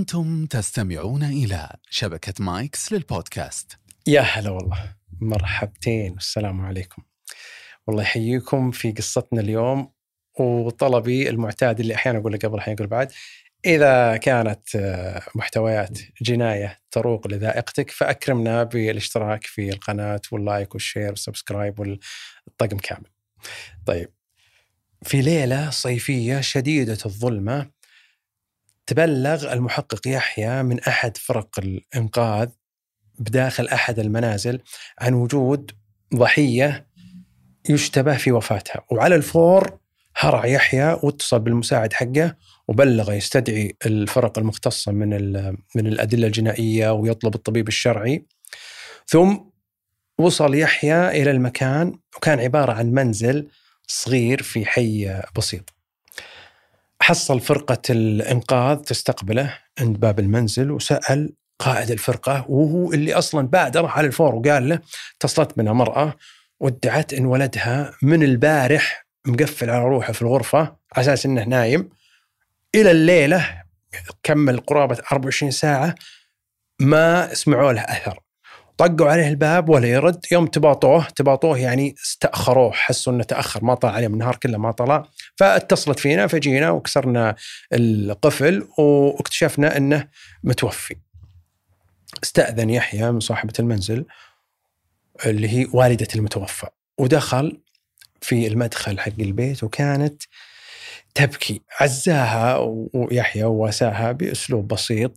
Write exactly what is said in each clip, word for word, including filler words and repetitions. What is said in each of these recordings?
أنتم تستمعون إلى شبكة مايكس للبودكاست. يا هلا والله، مرحبتين والسلام عليكم. والله يحييكم في قصتنا اليوم. وطلبي المعتاد اللي أحيانا أقول قبل أحيانا أقول بعد، إذا كانت محتويات جناية تروق لذائقتك فأكرمنا بالاشتراك في القناة واللايك والشير والسبسكرايب والطقم كامل. طيب، في ليلة صيفية شديدة الظلمة تبلغ المحقق يحيى من أحد فرق الإنقاذ بداخل أحد المنازل عن وجود ضحية يشتبه في وفاتها، وعلى الفور هرع يحيى واتصل بالمساعد حقه وبلغ يستدعي الفرق المختصة من من الأدلة الجنائية ويطلب الطبيب الشرعي. ثم وصل يحيى إلى المكان، وكان عبارة عن منزل صغير في حي بسيط. حصل فرقة الإنقاذ تستقبله عند باب المنزل، وسأل قائد الفرقة وهو اللي أصلا بادر على الفور وقال له اتصلت بنا مرأة وادعت إن ولدها من البارح مقفل على روحه في الغرفة على أساس إنه نايم، إلى الليلة كمل قرابة أربعة وعشرين ساعة ما سمعوا له أثر. طقوا عليه الباب ولا يرد. يوم تباطوه تباطوه يعني استأخروه، حسوا إنه تأخر، ما طلع عليه من النهار كله ما طلع. فاتصلت فينا فجينا وكسرنا القفل واكتشفنا إنه متوفي. استأذن يحيى من صاحبة المنزل اللي هي والدة المتوفى، ودخل في المدخل حق البيت وكانت تبكي. عزاها ويحيى وواساها بأسلوب بسيط.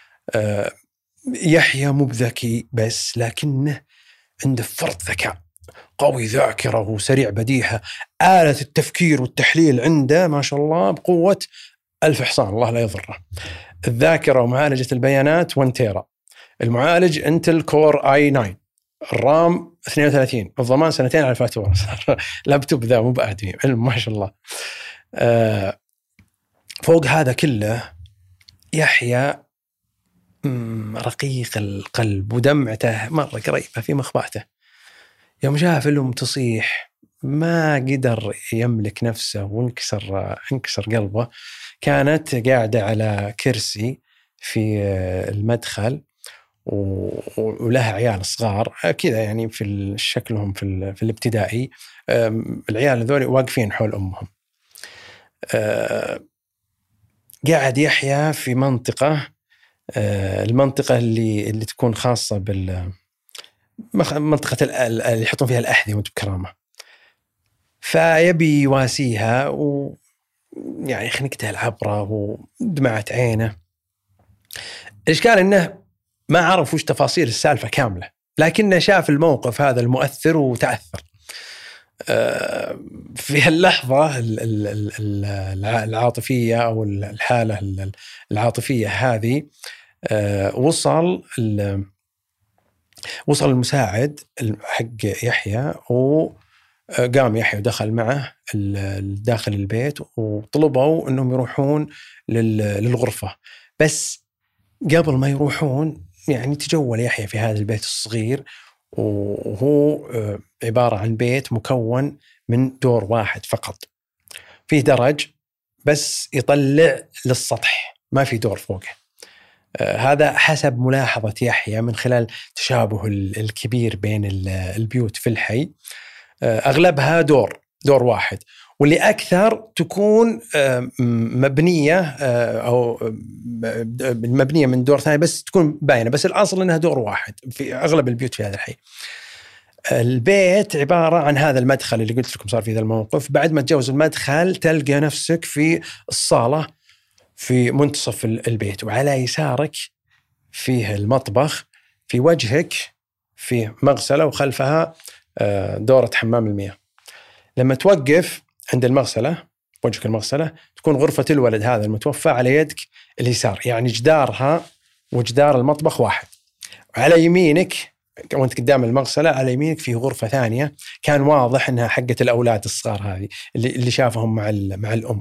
يحيى مو بذكي بس لكنه عنده فرط ذكاء، قوي ذاكرة وسريع بديهة. آلة التفكير والتحليل عنده ما شاء الله بقوة ألف حصان، الله لا يضره. الذاكرة ومعالجة البيانات واحد تيرا، المعالج انتل كور اي تسعة، الرام اثنين وثلاثين، الضمان سنتين على الفاتورة. لابتوب ذا مو بآدمي، علم ما شاء الله. آه فوق هذا كله يحيى رقيق القلب ودمعته مرة قريبة في مخباته. يوم شاف الأم تصيح ما قدر يملك نفسه وانكسر انكسر قلبه. كانت قاعدة على كرسي في المدخل ولها عيال صغار كذا، يعني في شكلهم في, في الابتدائي. العيال هذول واقفين حول أمهم. قاعد يحيى في منطقة، المنطقة اللي اللي تكون خاصة بال منطقة اللي يحطون فيها الأحذية وانت بكرامة. فيبي يواسيها ويعني خنقتها العبرة ودمعت عينه. الإشكال إنه ما عرف وش تفاصيل السالفة كاملة، لكنه شاف الموقف هذا المؤثر وتأثر. في اللحظة العاطفية أو الحالة العاطفية هذه وصل وصل المساعد حق يحيى، وقام يحيى ودخل معه داخل البيت وطلبوا أنهم يروحون للغرفة. بس قبل ما يروحون يعني تجول يحيى في هذا البيت الصغير، وهو عبارة عن بيت مكون من دور واحد فقط، فيه درج بس يطلع للسطح، ما في دور فوقه. هذا حسب ملاحظة يحيى من خلال تشابه الكبير بين البيوت في الحي. أغلبها دور دور واحد، واللي أكثر تكون مبنية أو مبنية من دور ثاني بس تكون باينة، بس الأصل أنها دور واحد في أغلب البيوت في هذا الحي. البيت عبارة عن هذا المدخل اللي قلت لكم صار في ذا الموقف. بعد ما تجاوز المدخل تلقى نفسك في الصالة في منتصف البيت، وعلى يسارك فيه المطبخ، في وجهك فيه مغسلة وخلفها دورة حمام المياه. لما توقف عند المغسلة وجهك المغسلة تكون غرفة الولد هذا المتوفى على يدك اليسار، يعني جدارها وجدار المطبخ واحد. وعلى يمينك وانت قدام المغسلة على يمينك فيه غرفة ثانية كان واضح انها حقة الأولاد الصغار هذه اللي اللي شافهم مع مع الأم،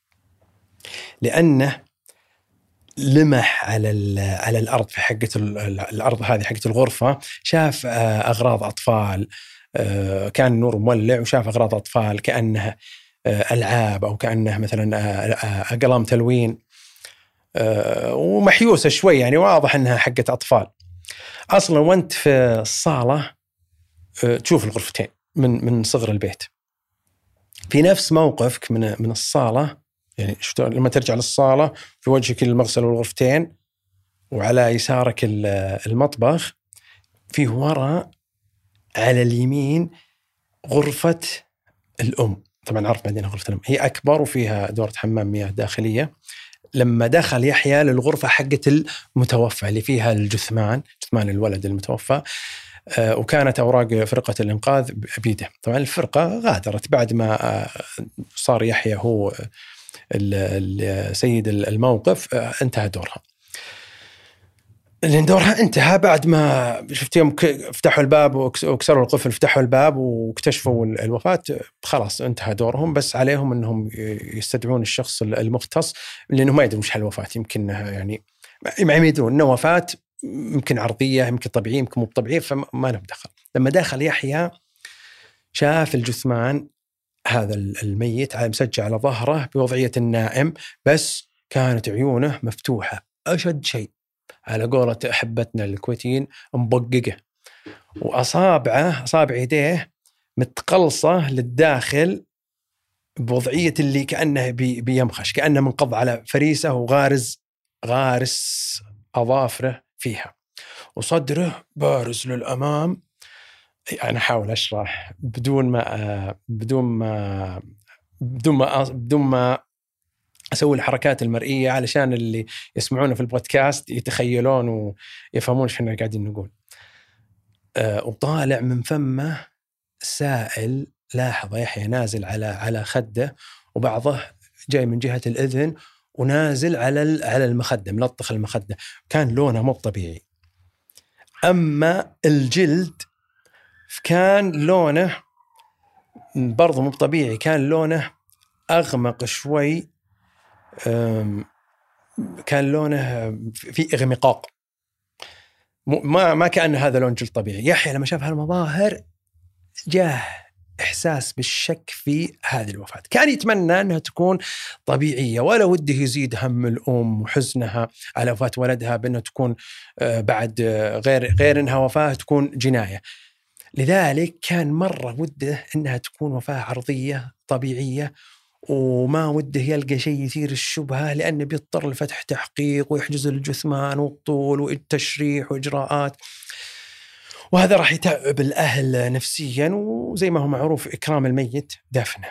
لأنه لمح على على الأرض في حقة الأرض هذه حقة الغرفة، شاف أغراض أطفال، كان النور مولع وشاف أغراض أطفال كأنها ألعاب أو كأنها مثلا أقلام تلوين. أه ومحيوسة شوي، يعني واضح أنها حقة أطفال. أصلا وانت في الصالة أه تشوف الغرفتين من من صغر البيت. في نفس موقفك من من الصالة، يعني لما ترجع للصالة في وجهك المغسل والغرفتين، وعلى يسارك المطبخ، فيه وراء على اليمين غرفة الأم. طبعا عرف بعدين غرفة الأم هي أكبر وفيها دورة حمام مياه داخلية. لما دخل يحيى للغرفة حقة المتوفى اللي فيها الجثمان، جثمان الولد المتوفى، آه وكانت أوراق فرقة الإنقاذ بيده. طبعا الفرقة غادرت بعد ما آه صار يحيى هو سيد الموقف، آه انتهى دورها. لأن دورها انتهى بعد ما شفت يوم فتحوا الباب وكسروا القفل، فتحوا الباب واكتشفوا الوفاة، خلاص انتهى دورهم. بس عليهم أنهم يستدعون الشخص المختص، لأنه ما يدرون وش هالوفاة. يمكن يعني ما يدرون أنه وفاة، يمكن عرضية، يمكن طبيعية، يمكن مو طبيعية، فما له دخل. لما دخل يحيى شاف الجثمان هذا الميت مسجع على ظهره بوضعية النائم، بس كانت عيونه مفتوحة أشد شيء، على قولة أحبتنا الكويتيين مبققة، وأصابعه أصابع يديه متقلصة للداخل بوضعية اللي كأنه بي بيمخش، كأنه منقض على فريسة وغارز غارس أظافره فيها، وصدره بارز للأمام. أنا أحاول أشرح بدون ما بدون ما بدون ما بدون ما أسوي الحركات المرئية علشان اللي يسمعونه في البودكاست يتخيلون ويفهمون ايش احنا قاعدين نقول. أه وطالع من فمه سائل، لاحظ يحيى نازل على على خده، وبعضه جاي من جهة الأذن ونازل على على المخدة، ملطخ المخدة. كان لونه مو طبيعي. أما الجلد كان لونه برضو مو طبيعي، كان لونه أغمق شوي، كان لونه في إغمقاق، ما ما كأن هذا لون جلد طبيعي. يحيى لما شاف هالمظاهر جاه إحساس بالشك في هذه الوفاة. كان يتمنى أنها تكون طبيعية، ولا وده يزيد هم الأم وحزنها على وفاة ولدها بأنها تكون بعد غير غير أنها وفاة تكون جناية. لذلك كان مرة وده أنها تكون وفاة عرضية طبيعية، وما وده يلقى شيء يثير الشبهة، لأنه بيضطر لفتح تحقيق ويحجز الجثمان والطول والتشريح وإجراءات، وهذا راح يتعب الأهل نفسيا، وزي ما هو معروف إكرام الميت دفنه.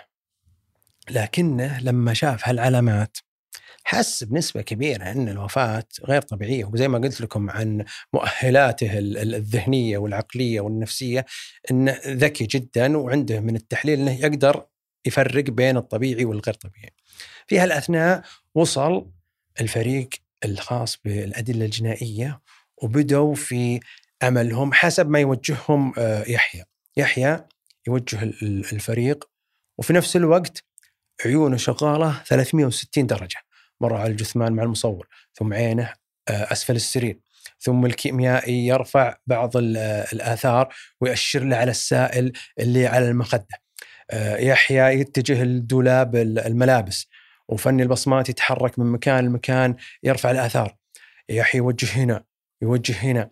لكنه لما شاف هالعلامات حس بنسبة كبيرة أن الوفاة غير طبيعية، وزي ما قلت لكم عن مؤهلاته الذهنية والعقلية والنفسية، أنه ذكي جدا وعنده من التحليل أنه يقدر يفرق بين الطبيعي والغير طبيعي. في هالأثناء وصل الفريق الخاص بالأدلة الجنائية، وبدأوا في عملهم حسب ما يوجههم يحيى. يحيى يوجه الفريق، وفي نفس الوقت عيونه شغالة ثلاثمئة وستين درجة، مرة على الجثمان مع المصور، ثم عينه أسفل السرير، ثم الكيميائي يرفع بعض الآثار ويأشر له على السائل اللي على المخدة. يحيى يتجه لدولاب الملابس، وفني البصمات يتحرك من مكان لمكان يرفع الآثار. يحيى يوجه هنا يوجه هنا.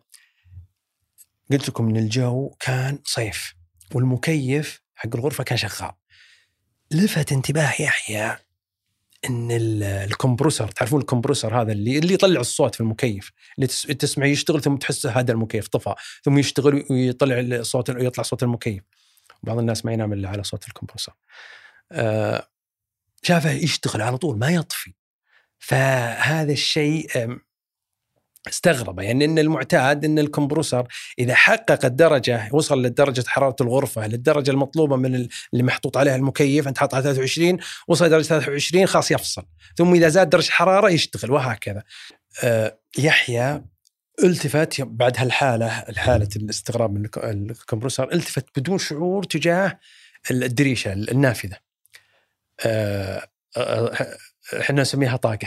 قلت لكم إن الجو كان صيف، والمكيف حق الغرفة كان شغال. لفت انتباه يحيى إن الكمبروسر، تعرفون الكمبروسر هذا اللي اللي يطلع الصوت في المكيف، اللي تسمع يشتغل ثم تحس هذا المكيف طفى، ثم يشتغل ويطلع الصوت ويطلع صوت المكيف. بعض الناس ما ينام إلا على صوت الكمبروسر. آه شافه يشتغل على طول ما يطفي، فهذا الشيء استغربه، يعني إن المعتاد إن الكمبروسر إذا حقق الدرجة، وصل لدرجة حرارة الغرفة للدرجة المطلوبة من اللي محطوط عليها المكيف، أنت حاط على ثلاثة وعشرين، وصل درجة ثلاثة وعشرين خلاص يفصل، ثم إذا زاد درجة حرارة يشتغل، وهكذا. آه يحيى التفت بعد هالحالة، الحالة الاستغراب من الكمبروسر، التفت بدون شعور تجاه الدريشة النافذة. آه آه احنا نسميها طاقة،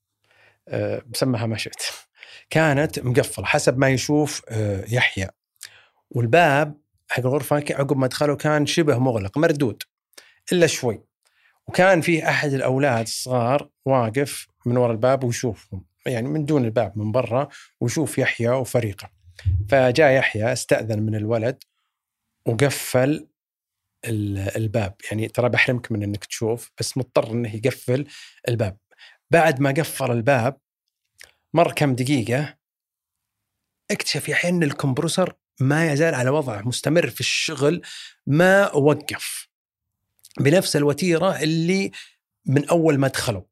آه بسمها ما شئت، كانت مقفلة حسب ما يشوف آه يحيى. والباب حق الغرفة عقب ما دخلوا كان شبه مغلق مردود إلا شوي، وكان فيه أحد الأولاد الصغار واقف من وراء الباب ويشوفهم. يعني من دون الباب من برا ويشوف يحيى وفريقه. فجاء يحيى استأذن من الولد وقفل الباب، يعني ترى بحرمك من انك تشوف، بس مضطر انه يقفل الباب. بعد ما قفل الباب مر كم دقيقة اكتشف يحيى ان الكمبروسر ما يزال على وضعه مستمر في الشغل، ما وقف بنفس الوتيرة اللي من أول ما دخلوا.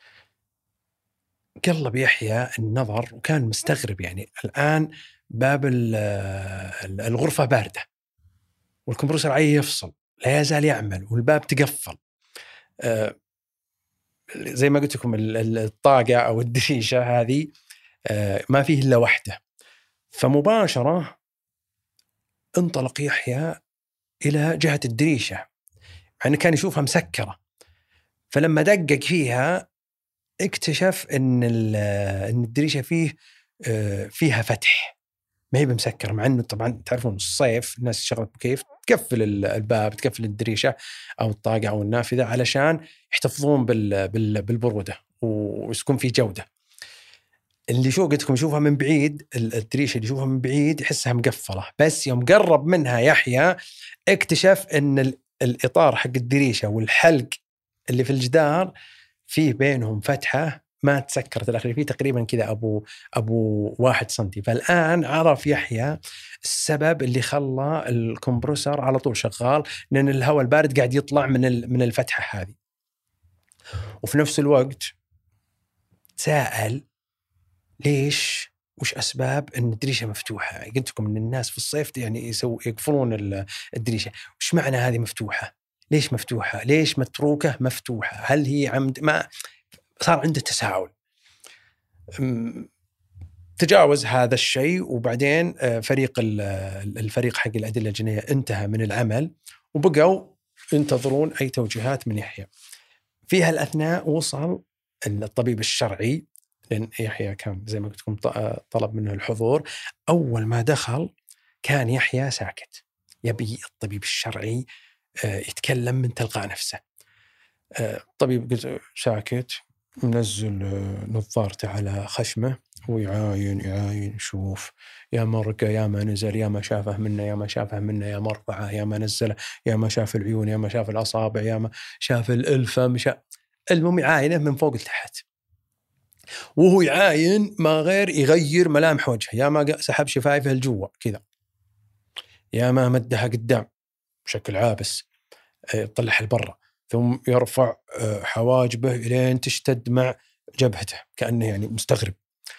قلب يحيى النظر وكان مستغرب، يعني الآن باب الغرفة باردة والكمبروسر عايز يفصل، لا يزال يعمل والباب تقفل. آه زي ما قلت لكم الطاقة أو الدريشة هذه آه ما فيه إلا واحدة. فمباشرة انطلق يحيى إلى جهة الدريشة مع أنه كان يشوفها مسكرة. فلما دقق فيها اكتشف أن أن الدريشة فيه آه فيها فتح، ما هي بمسكر، مع أنه طبعا تعرفون الصيف الناس شغلت كيف تقفل الباب تقفل الدريشة أو الطاقة أو النافذة علشان يحتفظون بال بال بالبرودة ويكون في جودة. اللي شو قلت لكم يشوفها من بعيد، الدريشة اللي يشوفها من بعيد يحسها مقفلة، بس يوم قرب منها يحيى اكتشف أن الإطار حق الدريشة والحلق اللي في الجدار فيه بينهم فتحة ما تسكرت الأخير، فيه تقريبا كذا أبو أبو واحد سنتي. فالآن عرف يحيى السبب اللي خلى الكمبروسر على طول شغال، لأن الهواء البارد قاعد يطلع من من الفتحة هذه. وفي نفس الوقت سأل ليش وش أسباب أن الدريشة مفتوحة. قلت لكم أن الناس في الصيف يعني يسوي يقفلون الدريشة، وش معنى هذه مفتوحة؟ ليش مفتوحة؟ ليش متروكة مفتوحة؟ هل هي عمد؟ ما صار عنده تساؤل. تجاوز هذا الشيء، وبعدين فريق الفريق حق الأدلة الجنائية انتهى من العمل وبقوا ينتظرون أي توجيهات من يحيى. في هالأثناء وصل الطبيب الشرعي، لأن يحيى كان زي ما قلت لكم طلب منه الحضور. أول ما دخل كان يحيى ساكت، يبي الطبيب الشرعي يتكلم من تلقاء نفسه. الطبيب قلت ساكت، منزل نظارته على خشمه ويعاين يعاين شوف يا مرقة يا ما نزل، يا ما شافه منا يا ما شافه منا، يا مرقعة يا ما نزله، يا ما شاف العيون يا ما شاف الأصابع، يا ما شاف الألفة شاف. المهم يعاينه من فوق لتحت، وهو يعاين ما غير يغير ملامح وجهه، يا ما سحب شفايفه الجوة كذا، يا ما مدها قدام بشكل عابس يطلعها لبرا، ثم يرفع حواجبه إلين تشتد مع جبهته كأنه يعني مستغرب.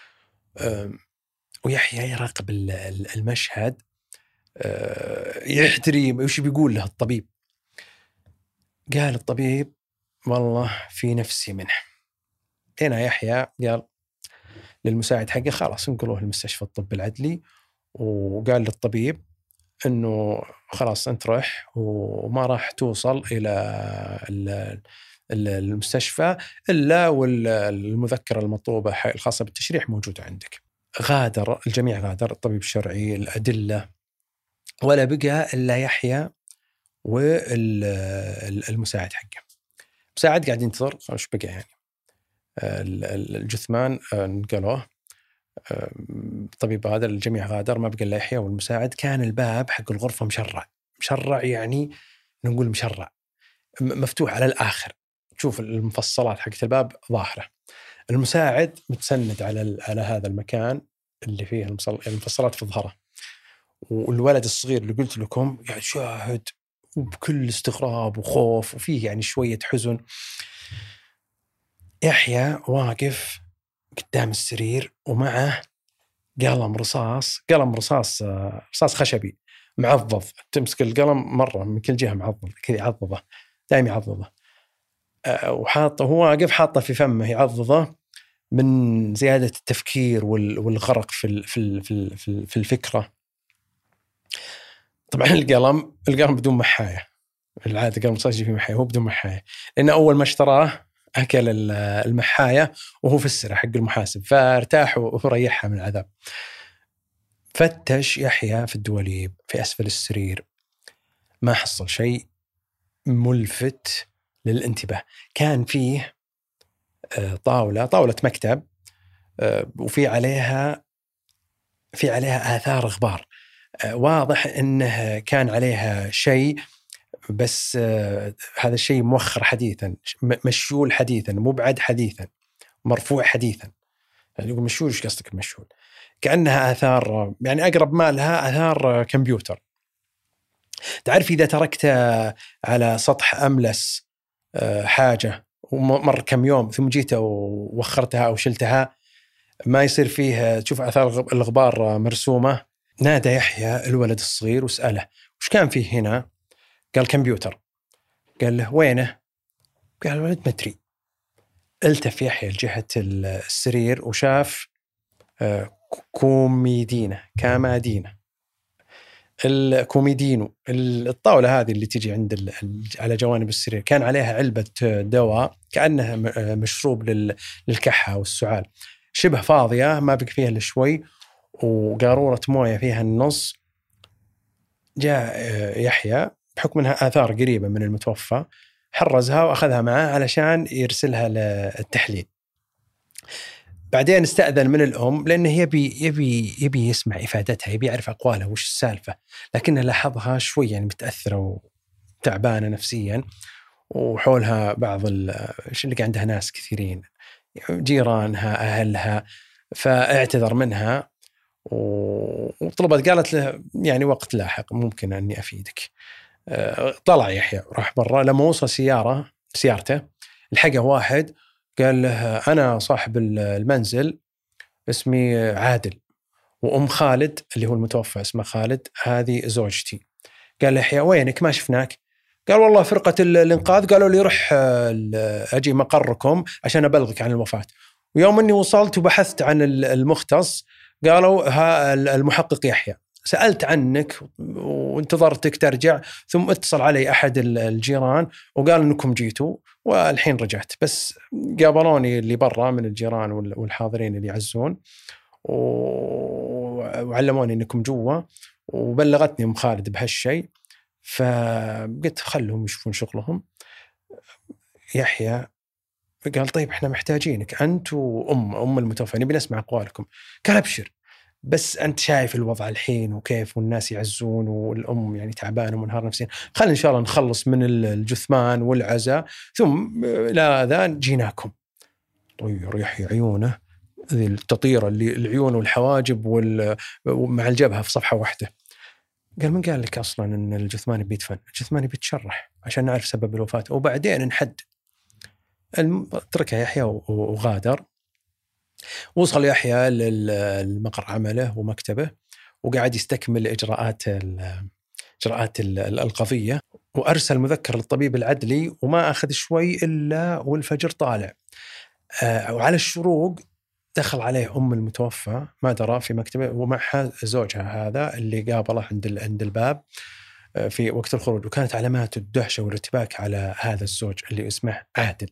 ويحيى يراقب المشهد يحتري وش بيقول له الطبيب. قال الطبيب والله في نفسي منه. هنا يحيى قال للمساعد حقه خلاص انقلوه المستشفى الطب العدلي، وقال للطبيب انه خلاص انت رح وما راح توصل الى المستشفى الا والمذكره المطلوبه الخاصه بالتشريح موجوده عندك. غادر الجميع، غادر الطبيب الشرعي، الادله، ولا بقى الا يحيى والمساعد حقه. المساعد قاعد ينتظر ايش بقى يعني. الجثمان نقلوه، الطبيب غادر، الجميع غادر، ما بقى الا يحيى والمساعد. كان الباب حق الغرفه مشرع مشرع يعني نقول مشرع مفتوح على الاخر، تشوف المفصلات حقت الباب ظاهره. المساعد متسند على على هذا المكان اللي فيه المفصلات في ظهره، والولد الصغير اللي قلت لكم قاعد شاهد وبكل استغراب وخوف وفيه يعني شويه حزن. يحيى واقف قدام السرير ومعه قلم رصاص، قلم رصاص رصاص خشبي معضض، تمسك القلم مرة من كل جهة معضض كذا يعضضه دائما يعضضه، وحاطه هو واقف حاطه في فمه يعضضه من زيادة التفكير والغرق في في في في الفكرة. طبعا القلم القلم بدون محاية، العادة قلم رصاص يجي فيه محاية، هو بدون محاية لأن أول ما اشتراه أكل المحاية وهو في السرة حق المحاسب فارتاح وريحها من العذاب. فتش يحيى في الدواليب في أسفل السرير، ما حصل شيء ملفت للانتباه. كان فيه طاولة طاولة مكتب وفي عليها في عليها آثار غبار، واضح أنه كان عليها شيء، بس هذا الشيء موخر حديثا، مشيول حديثا، مبعد حديثا، مرفوع حديثا. يعني يقول مشهور، ايش قصدك مشهور؟ كأنها آثار، يعني أقرب ما لها آثار كمبيوتر. تعرف إذا تركت على سطح أملس حاجة ومر كم يوم ثم جيت ووخرتها أو شلتها، ما يصير فيه تشوف آثار الغبار مرسومة. نادى يحيى الولد الصغير وسأله وش كان فيه هنا؟ قال كمبيوتر. قال له وينه؟ قال الولد ما أدري. التف يحيى لجهة السرير وشاف كوميدينة كامادينة الكوميدينو، الطاولة هذه اللي تجي عند على جوانب السرير، كان عليها علبة دواء كأنها مشروب للكحة والسعال، شبه فاضية ما بقى فيها إلا شوي، وقارورة موية فيها النص. جاء يحيى بحكم أنها آثار قريبة من المتوفى، حرزها وأخذها معه علشان يرسلها للتحليل. بعدين استأذن من الأم لأنه يبي يبي يبي يسمع إفادتها، يبي يعرف أقوالها وش السالفة، لكنه لاحظها شوي يعني متأثرة وتعبانة نفسيا، وحولها بعض ايش اللي عندها ناس كثيرين، جيرانها أهلها، فاعتذر منها وطلبت، قالت له يعني وقت لاحق ممكن أني أفيدك. طلع يحيى راح برا، لما وصل سيارة سيارته لحقه واحد قال له أنا صاحب المنزل اسمي عادل، وأم خالد اللي هو المتوفى اسمه خالد هذه زوجتي. قال له يحيى وينك ما شفناك؟ قال والله فرقة الإنقاذ قالوا لي روح أجي مقركم عشان أبلغك عن الوفاة، ويوم أني وصلت وبحثت عن المختص قالوا ها المحقق يحيى، سألت عنك وانتظرتك ترجع، ثم اتصل علي أحد الجيران وقال أنكم جيتوا والحين رجعت، بس قابلوني اللي برا من الجيران والحاضرين اللي يعزون وعلموني أنكم جوا، وبلغتني أم خالد بهالشيء، فقلت خلهم يشوفون شغلهم. يحيى قال طيب احنا محتاجينك أنت وأم أم المتوفى، نبي نسمع أقوالكم. قال أبشر، بس أنت شايف الوضع الحين وكيف والناس يعزون والأم يعني تعبانة ومنهار نفسيا، خل إن شاء الله نخلص من الجثمان والعزاء ثم لا ذا جيناكم. طير يحيى عيونه ذي التطيرة اللي العيون والحواجب ومع الجبهة في صفحة واحدة. قال من قال لك أصلا أن الجثمان بيدفن؟ الجثمان بيتشرح عشان نعرف سبب الوفاة وبعدين نحدد. تركها يحيى وغادر. وصل يحيى للمقر عمله ومكتبه وقاعد يستكمل إجراءات إجراءات القضية، وأرسل مذكر للطبيب العدلي وما أخذ شوي إلا والفجر طالع. وعلى الشروق دخل عليه أم المتوفى ما درى في مكتبه ومعها زوجها هذا اللي قابله عند عند الباب في وقت الخروج، وكانت علامات الدهشة والارتباك على هذا الزوج اللي اسمه عادل.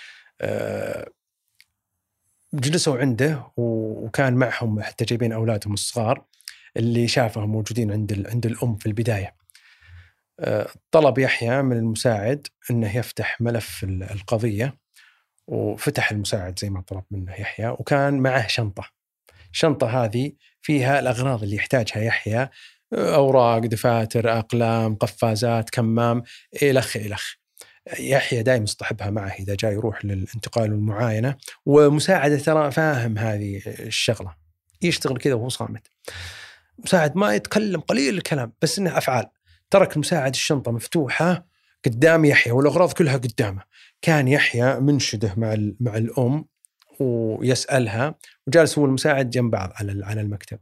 جلسوا عنده وكان معهم حتى جايبين أولادهم الصغار اللي شافهم موجودين عند عند الأم في البداية. طلب يحيى من المساعد أنه يفتح ملف القضية، وفتح المساعد زي ما طلب منه يحيى، وكان معه شنطة. الشنطة هذه فيها الأغراض اللي يحتاجها يحيى، أوراق، دفاتر، أقلام، قفازات، كمام، إلخ إلخ. يحيى دائما يصطحبها معه إذا جاء يروح للانتقال والمعاينة، ومساعدة ترى فاهم هذه الشغلة، يشتغل كذا وهو صامت. مساعد ما يتكلم، قليل الكلام، بس إنه أفعال. ترك المساعد الشنطة مفتوحة قدام يحيى والأغراض كلها قدامه. كان يحيى منشده مع مع الأم ويسألها، وجالس هو المساعد جنب بعض على على المكتب،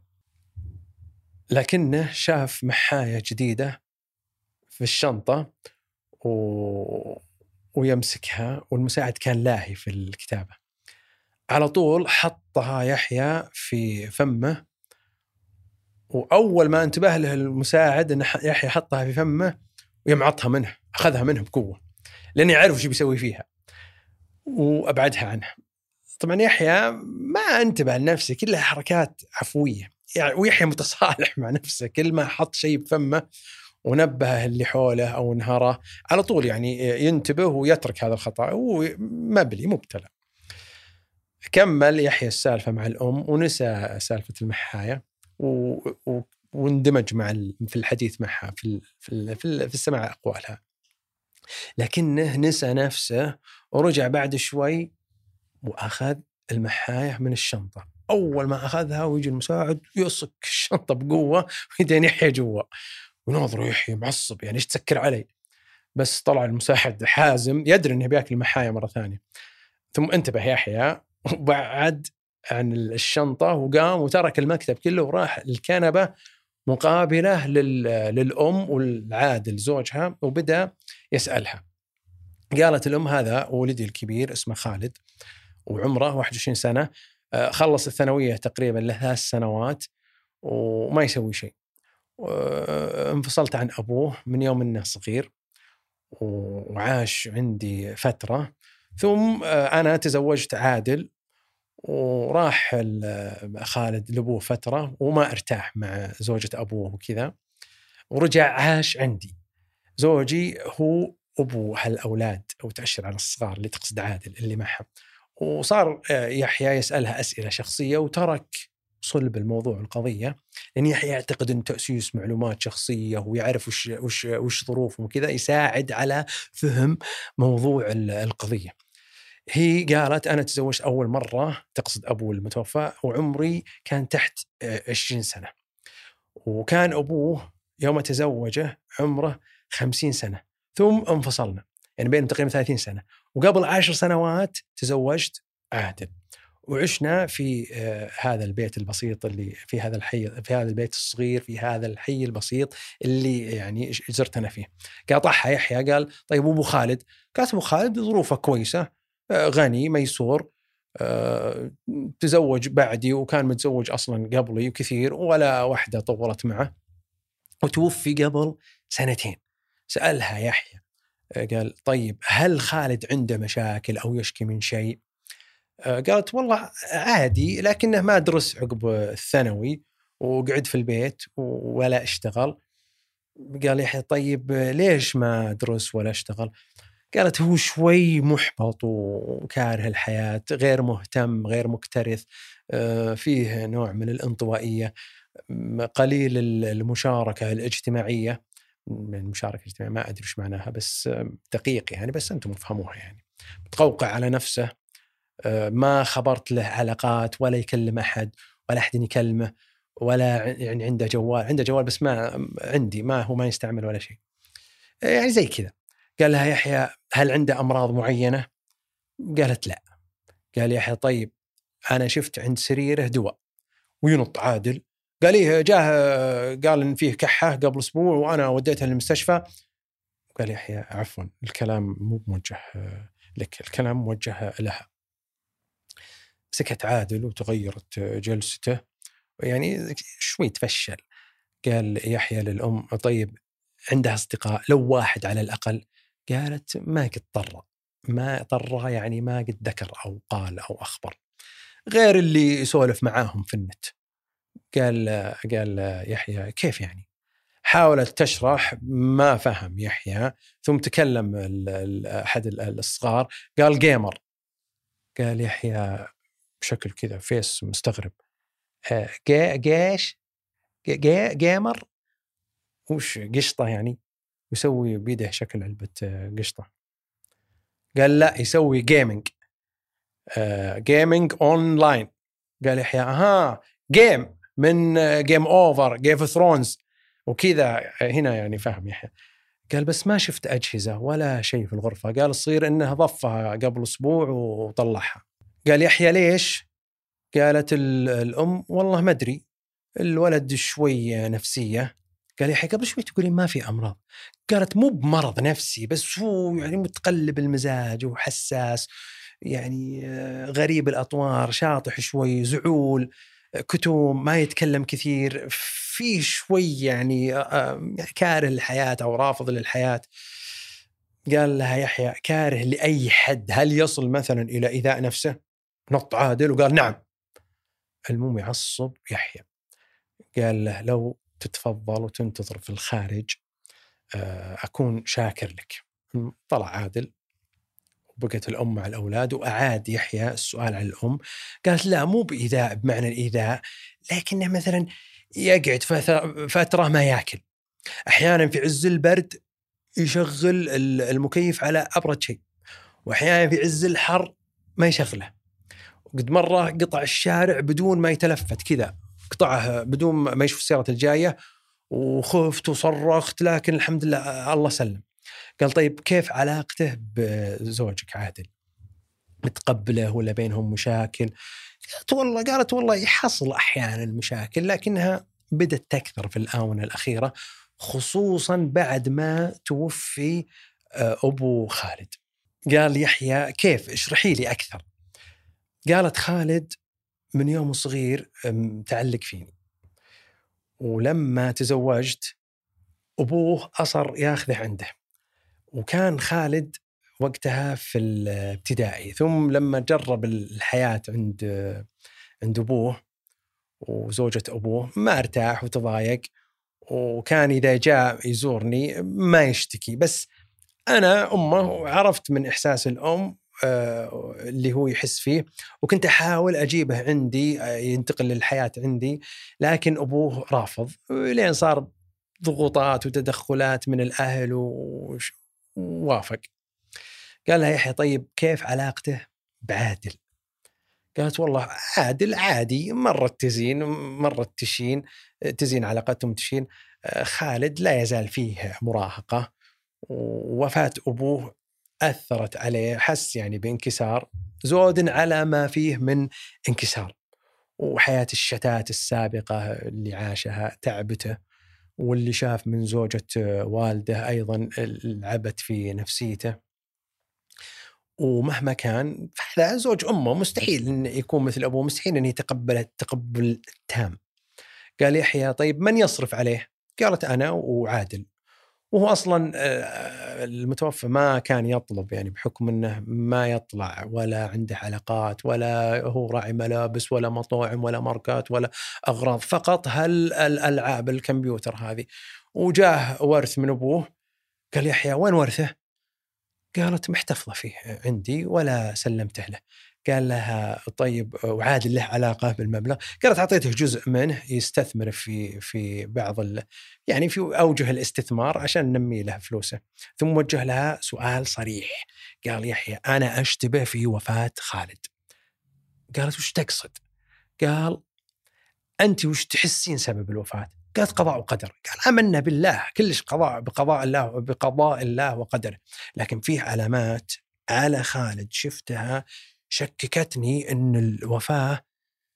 لكنه شاف محاية جديدة في الشنطة و... ويمسكها، والمساعد كان لاهي في الكتابة. على طول حطها يحيى في فمه، وأول ما انتبه له المساعد أن يحيى حطها في فمه ويمعطها منه، أخذها منه بقوة لأنه يعرف شو بيسوي فيها وأبعدها عنه. طبعا يحيى ما انتبه لنفسه، كلها حركات عفوية يعني، ويحيى متصالح مع نفسه، كل ما حط شيء بفمه ونبهه اللي حوله أو انهاره على طول يعني ينتبه ويترك هذا الخطأ، هو مبلي مبتلى. كمل يحيى السالفة مع الأم ونسى سالفة المحاية و... و... واندمج مع ال... في الحديث معها في ال... في ال... في, ال... في السماع أقوالها، لكنه نسى نفسه ورجع بعد شوي وأخذ المحاية من الشنطة. أول ما أخذها ويجي المساعد يصك الشنطة بقوة ويدين يحيى جوا وناظر يحيى معصب، يعني إيش تسكر علي؟ بس طلع المساعد حازم يدري إنه بياكل المحاية مرة ثانية. ثم انتبه يحيى وبعد عن الشنطة وقام وترك المكتب كله وراح الكنبة مقابلة لل... للأم والعادل زوجها وبدأ يسألها. قالت الأم هذا ولدي الكبير اسمه خالد وعمره واحد وعشرين سنة، خلص الثانوية تقريبا له ثلاث سنوات وما يسوي شيء. انفصلت عن أبوه من يوم أنه صغير وعاش عندي فترة، ثم أنا تزوجت عادل وراح خالد لأبوه فترة وما ارتاح مع زوجة أبوه وكذا ورجع عاش عندي. زوجي هو أبو هالأولاد أو تأشر على الصغار اللي تقصد عادل اللي معهم. وصار يحيى يسألها أسئلة شخصية وترك صلب الموضوع القضية، لأن يحيى يعتقد أن تأسيس معلومات شخصية ويعرف وش, وش, وش ظروفهم وكذا يساعد على فهم موضوع القضية. هي قالت أنا تزوجت أول مرة تقصد أبو المتوفى وعمري كان تحت عشرين سنة، وكان أبوه يوم تزوجه عمره خمسين سنة، ثم انفصلنا يعني بين تقريبا ثلاثين سنة، وقبل عشر سنوات تزوجت عادل وعشنا في هذا البيت البسيط اللي في هذا الحي، في هذا البيت الصغير في هذا الحي البسيط اللي يعني زرتنا فيه. قاطعها يحيى قال طيب أبو خالد؟ قالت أبو خالد ظروفه كويسة، غني ميسور، تزوج بعدي وكان متزوج أصلا قبلي وكثير ولا واحدة طولت معه وتوفي قبل سنتين. سألها يحيى قال طيب هل خالد عنده مشاكل أو يشكي من شيء؟ قالت والله عادي لكنه ما درس عقب الثانوي وقعد في البيت ولا اشتغل. قال يحيى طيب ليش ما درس ولا اشتغل؟ قالت هو شوي محبط وكاره الحياة، غير مهتم غير مكترث، فيه نوع من الانطوائية، قليل المشاركة الاجتماعية. المشاركة الاجتماعية ما أدري وش معناها بس دقيق يعني، بس أنتم مفهموها يعني. متقوقع على نفسه، ما خبرت له علاقات ولا يكلم أحد ولا أحد يكلمه ولا يعني عنده جوال، عنده جوال بس ما عندي، ما هو ما يستعمل ولا شيء يعني زي كذا. قال لها يحيى هل عنده أمراض معينة؟ قالت لا. قال يحيى طيب أنا شفت عند سريره دواء وينط عادل. قال إيه جاه قال إن فيه كحة قبل أسبوع وأنا وديتها للمستشفى. قال يحيى عفوا الكلام مو موجه لك، الكلام موجه لها. سكت عادل وتغيرت جلسته يعني شوي تفشل. قال يحيى للأم طيب عندها أصدقاء لو واحد على الأقل؟ قالت ما قد طر، ما طر يعني ما قد ذكر أو قال أو أخبر غير اللي يسولف معاهم في النت. قال قال يحيى كيف يعني؟ حاولت تشرح ما فهم يحيى، ثم تكلم أحد الصغار قال جيمر. قال يحيى بشكل كذا فيس مستغرب جي جيش جي جيمر وش قشطة يعني؟ يسوي بيده شكل علبة قشطة. قال لا يسوي جيمينج جيمينج أونلاين. قال يحيى ها جيم من جيم أوفر جيم اوف ثرونز وكذا هنا يعني فهم يحيى. قال بس ما شفت أجهزة ولا شيء في الغرفة. قال الصغير إنه ضفها قبل أسبوع وطلعها. قال يحيى ليش؟ قالت الأم والله ما أدري الولد شوي نفسية. قال يحيى قبل شوي تقولين ما في أمراض. قالت مو بمرض نفسي بس هو يعني متقلب المزاج وحساس يعني غريب الأطوار شاطح شوي زعول كتوم ما يتكلم كثير في شوي يعني كاره للحياة أو رافض للحياة. قال لها يحيى كاره لأي حد هل يصل مثلا إلى إيذاء نفسه؟ نط عادل وقال نعم. المهم يعصب يحيى. قال له لو تتفضل وتنتظر في الخارج أكون شاكر لك. طلع عادل وبقت الأم مع الأولاد. وأعاد يحيى السؤال عن الأم، قالت لا مو بإيذاء بمعنى الإيذاء، لكنه مثلا يقعد فترة ما يأكل، أحيانا في عز البرد يشغل المكيف على أبرد شيء، وأحيانا في عز الحر ما يشغله، وقد مرة قطع الشارع بدون ما يتلفت كذا، قطعه بدون ما يشوف السيارة الجاية، وخفت وصرخت لكن الحمد لله الله سلم. قال طيب كيف علاقته بزوجك عادل؟ متقبله ولا بينهم مشاكل؟ قالت والله قالت والله يحصل أحيانا مشاكل، لكنها بدأت تكثر في الآونة الأخيرة، خصوصا بعد ما توفي أبو خالد. قال يحيى كيف؟ اشرحي لي أكثر. قالت خالد من يوم صغير متعلق فيني، ولما تزوجت أبوه أصر ياخذه عنده، وكان خالد وقتها في الابتدائي، ثم لما جرب الحياة عند عند أبوه وزوجة أبوه ما ارتاح وتضايق، وكان إذا جاء يزورني ما يشتكي، بس أنا أمه عرفت من إحساس الأم اللي هو يحس فيه، وكنت أحاول أجيبه عندي ينتقل للحياة عندي، لكن أبوه رافض، لين صار ضغوطات وتدخلات من الأهل ووافق. قال لها يحيى طيب كيف علاقته بعادل؟ قالت والله عادل عادي، مرة تزين مرة تشين، تزين علاقتهم تشين. خالد لا يزال فيه مراهقة، ووفاة أبوه أثرت عليه، حس يعني بانكسار زود على ما فيه من انكسار، وحياة الشتات السابقة اللي عاشها تعبته، واللي شاف من زوجة والده أيضا لعبت في نفسيته. ومهما كان فهذا زوج أمه، مستحيل أن يكون مثل أبوه، مستحيل أن يتقبل التقبل التام. قال يحيى طيب من يصرف عليه؟ قالت أنا وعادل. وهو أصلا المتوفى ما كان يطلب، يعني بحكم أنه ما يطلع ولا عنده علاقات ولا هو راعي ملابس ولا مطاعم ولا ماركات ولا أغراض، فقط هل الألعاب الكمبيوتر هذه. وجاه ورث من أبوه. قال يحيى وين ورثه؟ قالت محتفظة فيه عندي ولا سلمته له. قال لها طيب وعادل له علاقة بالمبلغ؟ قالت أعطيته جزء منه يستثمر في في بعض ال يعني في أوجه الاستثمار عشان ننمي له فلوسه. ثم وجه لها سؤال صريح، قال يحيى أنا أشتبه في وفاة خالد. قالت وش تقصد؟ قال أنت وش تحسين سبب الوفاة؟ قالت قضاء وقدر. قال آمنا بالله، كلش قضاء بقضاء الله بقضاء الله وقدره، لكن فيه علامات على خالد شفتها شككتني أن الوفاة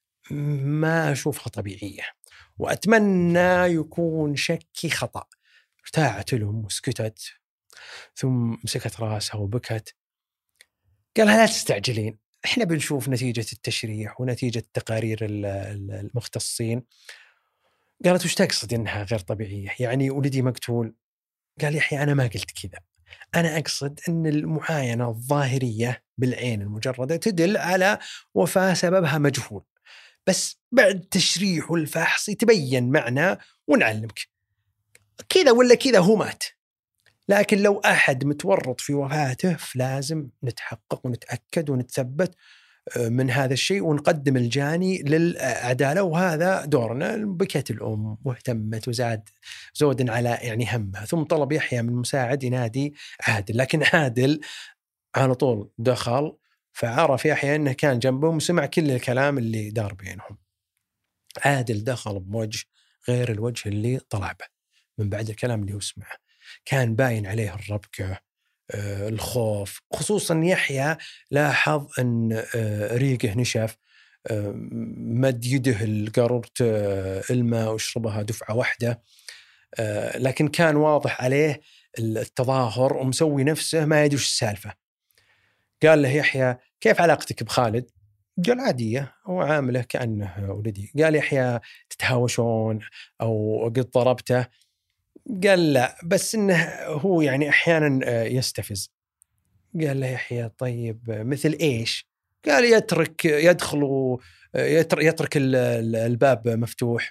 ما أشوفها طبيعية، وأتمنى يكون شكي خطأ. ارتاعت لهم وسكتت، ثم مسكت راسها وبكت. قالها لا تستعجلين، احنا بنشوف نتيجة التشريح ونتيجة تقارير المختصين. قالت وش تقصد إنها غير طبيعية؟ يعني ولدي مقتول؟ قال يحيى أنا ما قلت كذا، أنا أقصد أن المعاينة الظاهرية بالعين المجردة تدل على وفاة سببها مجهول، بس بعد تشريح والفحص يتبين معنا ونعلمك كذا ولا كذا هو مات. لكن لو أحد متورط في وفاته فلازم نتحقق ونتأكد ونتثبت من هذا الشيء ونقدم الجاني للعدالة، وهذا دورنا. بكت الأم واهتمت وزاد زود على يعني همها. ثم طلب يحيى من مساعد ينادي عادل، لكن عادل على طول دخل، فعرف يحيى أنه كان جنبهم وسمع كل الكلام اللي دار بينهم. عادل دخل بوجه غير الوجه اللي طلع به من بعد الكلام اللي هو سمعه، كان باين عليه الربكة، آه الخوف، خصوصا يحيى لاحظ أن آه ريقه نشف، آه مد يده القارورة آه الماء ويشربها دفعة واحدة، آه لكن كان واضح عليه التظاهر ومسوي نفسه ما يدري وش السالفة. قال له يحيى كيف علاقتك بخالد؟ قال عادية وعامله كأنه ولدي. قال يحيى تتهاوشون أو قد ضربته؟ قال لا، بس إنه هو يعني أحيانا يستفز. قال له يحيى طيب مثل إيش؟ قال يترك يدخل يترك الباب مفتوح،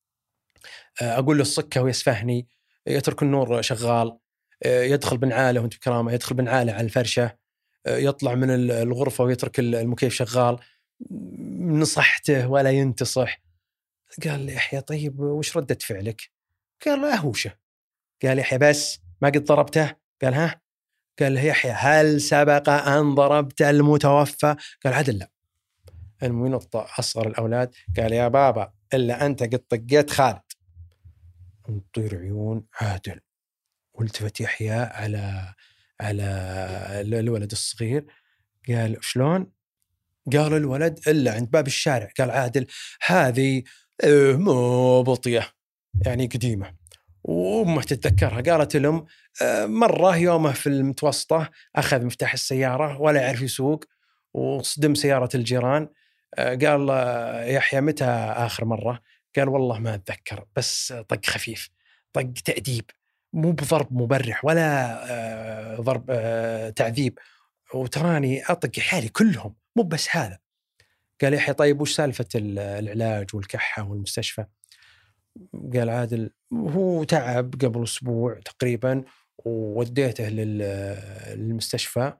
أقول له الصكة ويسفهني، يترك النور شغال، يدخل بنعاله وانت بكرامة، يدخل بنعاله على الفرشة، يطلع من الغرفة ويترك المكيف شغال، نصحته ولا ينتصح. قال لي يحيى طيب وش ردة فعلك؟ قال له أهوشه. قال يحيى بس ما قد ضربته؟ قال ها. قال له يحيى هل سبق أن ضربت المتوفى؟ قال عدل لا. المهم أصغر الأولاد قال يا بابا إلا أنت قد طقيت خالد. نطير عيون عادل، والتفت يحيى على على الولد الصغير قال شلون؟ قال الولد إلا عند باب الشارع. قال عادل هذه مو بطيئة يعني قديمة وأمه تتذكرها. قالت لهم مرة يومه في المتوسطة أخذ مفتاح السيارة ولا يعرف يسوق وصدم سيارة الجيران. قال يحيى متى آخر مرة؟ قال والله ما أتذكر، بس طق خفيف، طق تأديب، مو بضرب مبرح ولا ضرب تعذيب، وتراني أطق حالي كلهم مو بس هذا. قال يحيى طيب وش سالفة العلاج والكحة والمستشفى؟ قال عادل هو تعب قبل أسبوع تقريبا ووديته للمستشفى.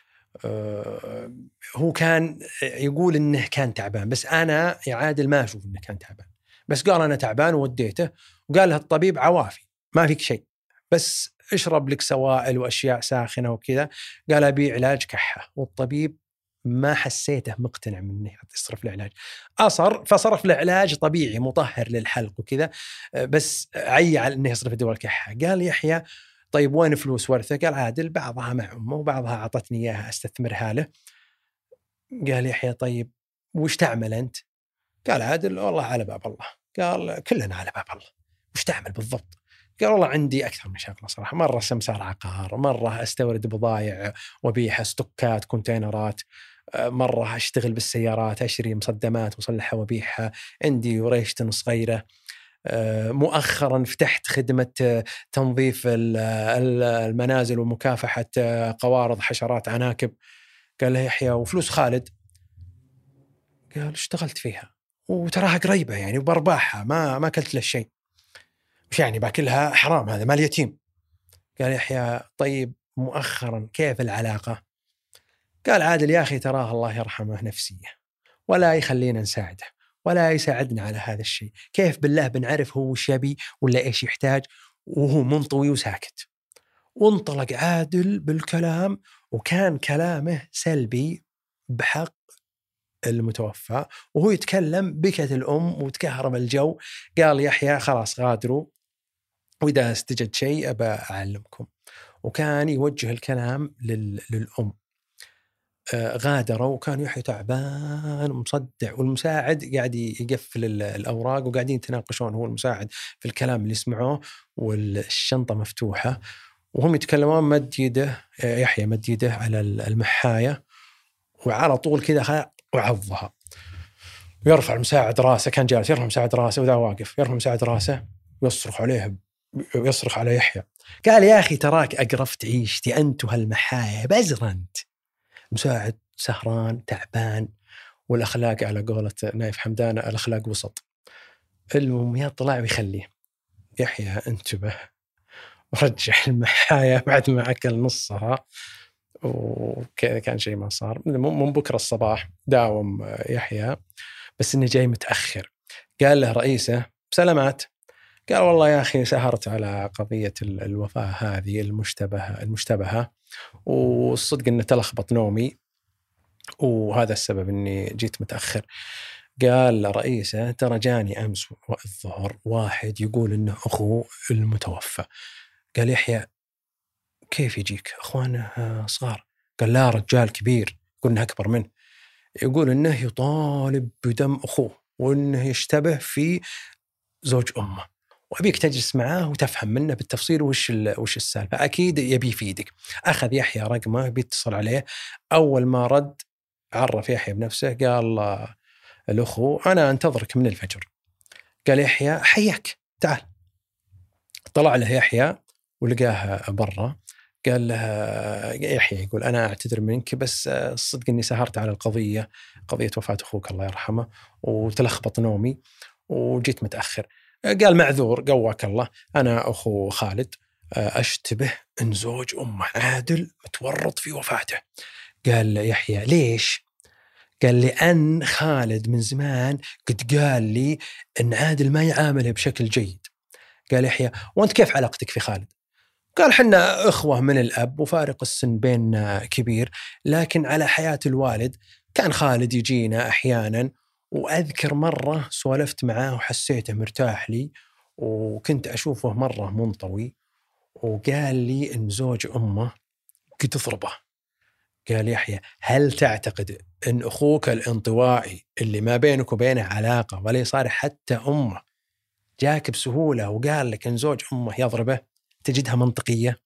هو كان يقول إنه كان تعبان، بس أنا يا عادل ما أشوف إنه كان تعبان، بس قال أنا تعبان ووديته، وقال له الطبيب عوافي ما فيك شيء، بس اشرب لك سوائل وأشياء ساخنة وكذا. قال أبي علاج كحة، والطبيب ما حسيته مقتنع منه يصرف له علاج، أصر فصرف له علاج طبيعي مطهر للحلق وكذا، بس عي على إنه يصرف دواء الكحة. قال يحيى طيب وين فلوس ورثة؟ قال عادل بعضها مع أمه وبعضها أعطتني إياها أستثمرها له. قال يحيى طيب وش تعمل أنت؟ قال عادل والله على باب الله. قال كلنا على باب الله. وش تعمل بالضبط؟ قال والله عندي أكثر من شغلة صراحة، مرة سمسار عقار، مرة أستورد بضائع وبيعها ستوكات كونتينرات، مرة أشتغل بالسيارات أشري مصدمات وصلحها وبيعها، عندي وريشة صغيرة، مؤخرا فتحت خدمة تنظيف المنازل ومكافحة قوارض حشرات عناكب. قال له يحيى وفلوس خالد؟ قال اشتغلت فيها وتراها قريبة يعني وبرباحها، ما ما أكلت له شيء، مش يعني باكلها حرام، هذا مال يتيم. قال يحيى طيب مؤخرا كيف العلاقة؟ قال عادل يا أخي تراه الله يرحمه نفسية ولا يخلينا نساعده ولا يساعدنا على هذا الشيء، كيف بالله بنعرف هو وش يبي ولا إيش يحتاج وهو منطوي وساكت. وانطلق عادل بالكلام، وكان كلامه سلبي بحق المتوفى، وهو يتكلم بكت الأم وتكهرب الجو. قال يحيى خلاص غادروا، وإذا استجد شيء أبى أعلمكم. وكان يوجه الكلام لل... للأم. آه غادروا وكان يحيى تعبان ومصدع، والمساعد قاعد يقفل الأوراق وقاعدين يتناقشون هو المساعد في الكلام اللي يسمعوه، والشنطة مفتوحة وهم يتكلمون. مد يده يحيى مد يده على المحاية وعلى طول كذا وعضها، ويرفع المساعد راسه، كان جالس يرفع المساعد راسه وذا واقف يرفع المساعد راسه ويصرخ عليه، ويصرخ على يحيى. قال يا أخي تراك أقرفت عيشتي أنت وهالمحاية بزرنت. مساعد سهران تعبان، والأخلاق على قولة نايف حمدان الأخلاق وسط. المهم يطلع ويخليه. يحيى انتبه ورجع المحاية بعد ما أكل نصها، وكذا كان شيء ما صار. من بكرة الصباح داوم يحيى، بس إنه جاي متأخر. قال له رئيسه بسلامات. قال والله يا أخي سهرت على قضية الوفاة هذه المشتبهة المشتبهة والصدق إنه تلخبط نومي، وهذا السبب إني جيت متأخر. قال رئيسه ترى جاني أمس الظهر واحد يقول إنه أخوه المتوفى. قال يحيى كيف يجيك أخوانه صغار؟ قال لا رجال كبير يقول إنه أكبر منه، يقول إنه يطالب بدم أخوه وإنه يشتبه في زوج أمه، وأبيك تجلس معاه وتفهم منه بالتفصيل وش وش السالفة، أكيد يبي يفيدك. أخذ يحيى رقمه بيتصل عليه. أول ما رد عرف يحيى بنفسه، قال الأخو أنا أنتظرك من الفجر. قال يحيى حياك تعال. طلع له يحيى ولقاه برا. قال له يحيى يقول أنا أعتذر منك، بس الصدق أني سهرت على القضية قضية وفاة أخوك الله يرحمه وتلخبط نومي وجيت متأخر. قال معذور قواك الله، أنا أخو خالد أشتبه أن زوج أمه عادل متورط في وفاته. قال يحيى ليش؟ قال لأن خالد من زمان قد قال لي أن عادل ما يعامله بشكل جيد. قال يحيى وأنت كيف علاقتك في خالد؟ قال حنا أخوة من الأب وفارق السن بيننا كبير، لكن على حياة الوالد كان خالد يجينا أحيانا، وأذكر مرة سولفت معاه وحسيته مرتاح لي وكنت أشوفه مرة منطوي، وقال لي إن زوج أمه قد تضربه. قال يحيى هل تعتقد أن أخوك الانطوائي اللي ما بينك وبينه علاقة ولا يصارح حتى أمه جاك بسهولة وقال لك أن زوج أمه يضربه تجدها منطقية؟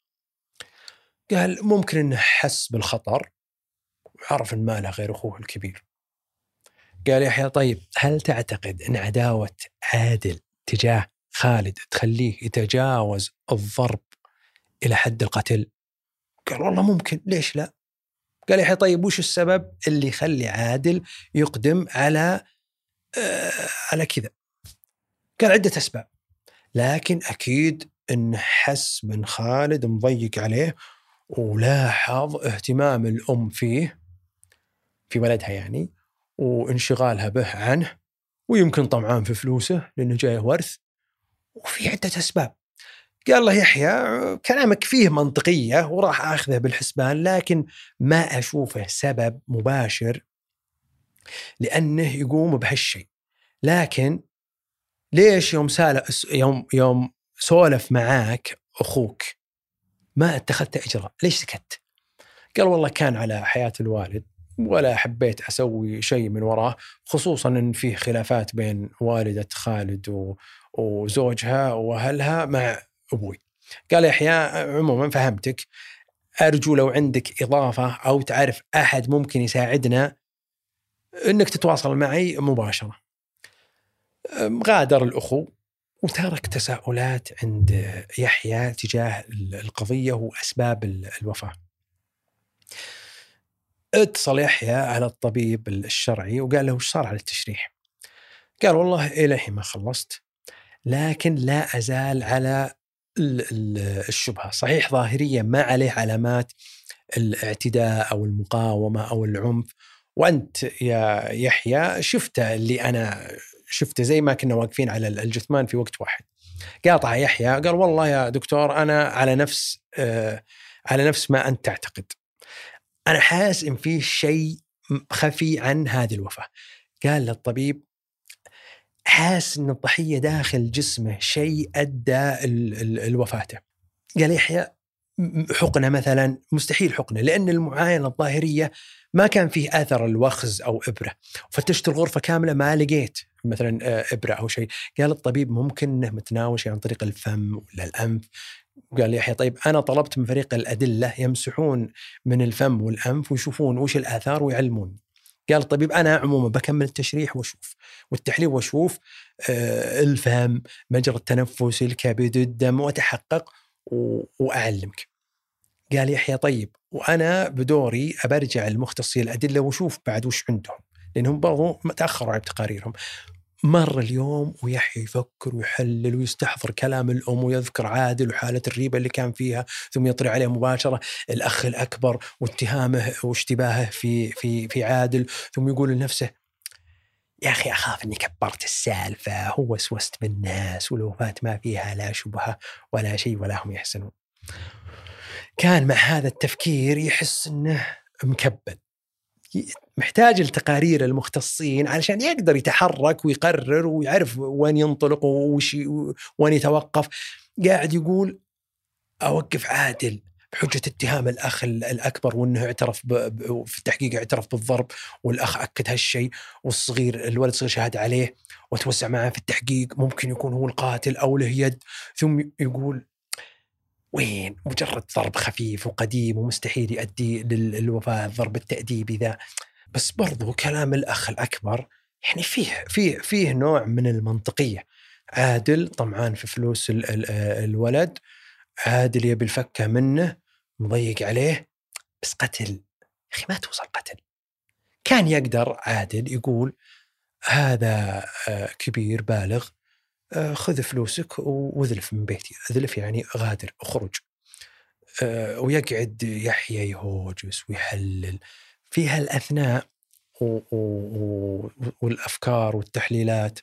قال ممكن أنه حس بالخطر وعرف أن ما له غير أخوه الكبير. قال يحيى طيب هل تعتقد أن عداوة عادل تجاه خالد تخليه يتجاوز الضرب إلى حد القتل؟ قال والله ممكن، ليش لا؟ قال يحيى طيب وش السبب اللي يخلي عادل يقدم على آه على كذا؟ قال عدة أسباب، لكن أكيد أن حس من خالد مضيق عليه ولاحظ اهتمام الأم فيه في ولدها يعني، وانشغالها به عنه، ويمكن طمعان في فلوسه لأنه جاي ورث، وفي عدة أسباب. قال له يحيى كلامك فيه منطقية وراح أخذه بالحسبان، لكن ما أشوفه سبب مباشر لأنه يقوم بهالشيء. لكن ليش يوم سال يوم يوم سولف معاك أخوك ما اتخذت إجراء؟ ليش سكت؟ قال والله كان على حياة الوالد ولا حبيت أسوي شيء من وراه، خصوصا أن فيه خلافات بين والدة خالد وزوجها وأهلها مع أبوي. قال يحيى عموما فهمتك، أرجو لو عندك إضافة أو تعرف أحد ممكن يساعدنا أنك تتواصل معي مباشرة. غادر الأخو وترك تساؤلات عند يحيى تجاه القضية وأسباب الوفاة. اتصل يحيى على الطبيب الشرعي وقال له وش صار على التشريح؟ قال والله إلهي ما خلصت، لكن لا أزال على الشبهة. صحيح ظاهريا ما عليه علامات الاعتداء أو المقاومة أو العنف، وأنت يا يحيى شفته اللي أنا شفته زي ما كنا واقفين على الجثمان في وقت واحد. قاطع يحيى قال والله يا دكتور أنا على نفس آه على نفس ما أنت تعتقد، أنا حاسس إن فيه شيء خفي عن هذه الوفاة. قال للطبيب حاسس إن الضحية داخل جسمه شيء أدى الوفاته. قال يحيى حقنة مثلا، مستحيل حقنة، لأن المعاينة الظاهرية ما كان فيه أثر الوخز أو إبرة، فتشت الغرفة كاملة ما لقيت مثلا إبرة أو شيء. قال الطبيب ممكن أنه متناوش عن طريق الفم ولا الأنف. قال يحيى طيب أنا طلبت من فريق الأدلة يمسحون من الفم والأنف ويشوفون وش الآثار ويعلمون. قال الطبيب أنا عموما بكمل التشريح واشوف والتحليل واشوف آه الفم، مجرى التنفس، الكبد، الدم، وأتحقق وأعلمك. قال يحيى طيب وأنا بدوري أبرجع المختصين الأدلة وشوف بعد وش عندهم، لأنهم برضو تأخروا على تقاريرهم. مر اليوم ويحيى يفكر ويحلل ويستحضر كلام الأم ويذكر عادل وحالة الريبة اللي كان فيها، ثم يطري عليه مباشرة الأخ الأكبر واتهامه واشتباهه في في في عادل، ثم يقول لنفسه يا أخي أخاف أني كبرت السالفة، هو وسوست بالناس والوفاة ما فيها لا شبهة ولا شيء ولا هم يحسنون. كان مع هذا التفكير يحس أنه مكبل، محتاج التقارير المختصين علشان يقدر يتحرك ويقرر ويعرف وين ينطلق وين يتوقف. قاعد يقول أوقف عادل بحجة اتهام الأخ الأكبر وأنه اعترف في التحقيق اعترف بالضرب والأخ أكد هالشيء، والصغير الولد صغير شهد عليه وتوسع معه في التحقيق، ممكن يكون هو القاتل أو له يد. ثم يقول وين مجرد ضرب خفيف وقديم ومستحيل يؤدي للوفاة، الضرب التأديبي ذا. بس برضو كلام الأخ الأكبر يعني فيه فيه فيه نوع من المنطقية. عادل طمعان في فلوس ال ال الولد، عادل يبي الفكة منه، مضيق عليه، بس قتل يا أخي ما توصل قتل. كان يقدر عادل يقول هذا كبير بالغ، خذ فلوسك وذلف من بيتي، ذلف يعني غادر اخرج. ويقعد يحيى يهوجس ويحلل في هالأثناء و... و... والأفكار والتحليلات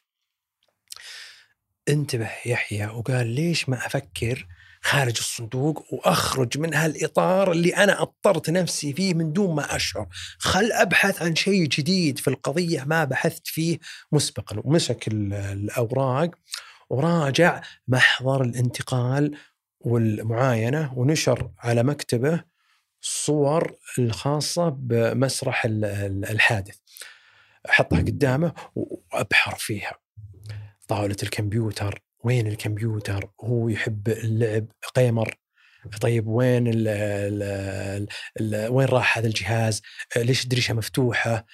انتبه يحيى وقال ليش ما أفكر خارج الصندوق وأخرج من هالإطار اللي أنا أضطرت نفسي فيه من دون ما أشعر، خل أبحث عن شيء جديد في القضية ما بحثت فيه مسبقا. ومسك الأوراق وراجع محضر الانتقال والمعاينة، ونشر على مكتبه صور الخاصة بمسرح الحادث، حطها قدامه وأبحر فيها. طاولة الكمبيوتر، وين الكمبيوتر؟ هو يحب اللعب قيمر. طيب وين ال ال ال ال وين راح هذا الجهاز؟ ليش الدريشة مفتوحة؟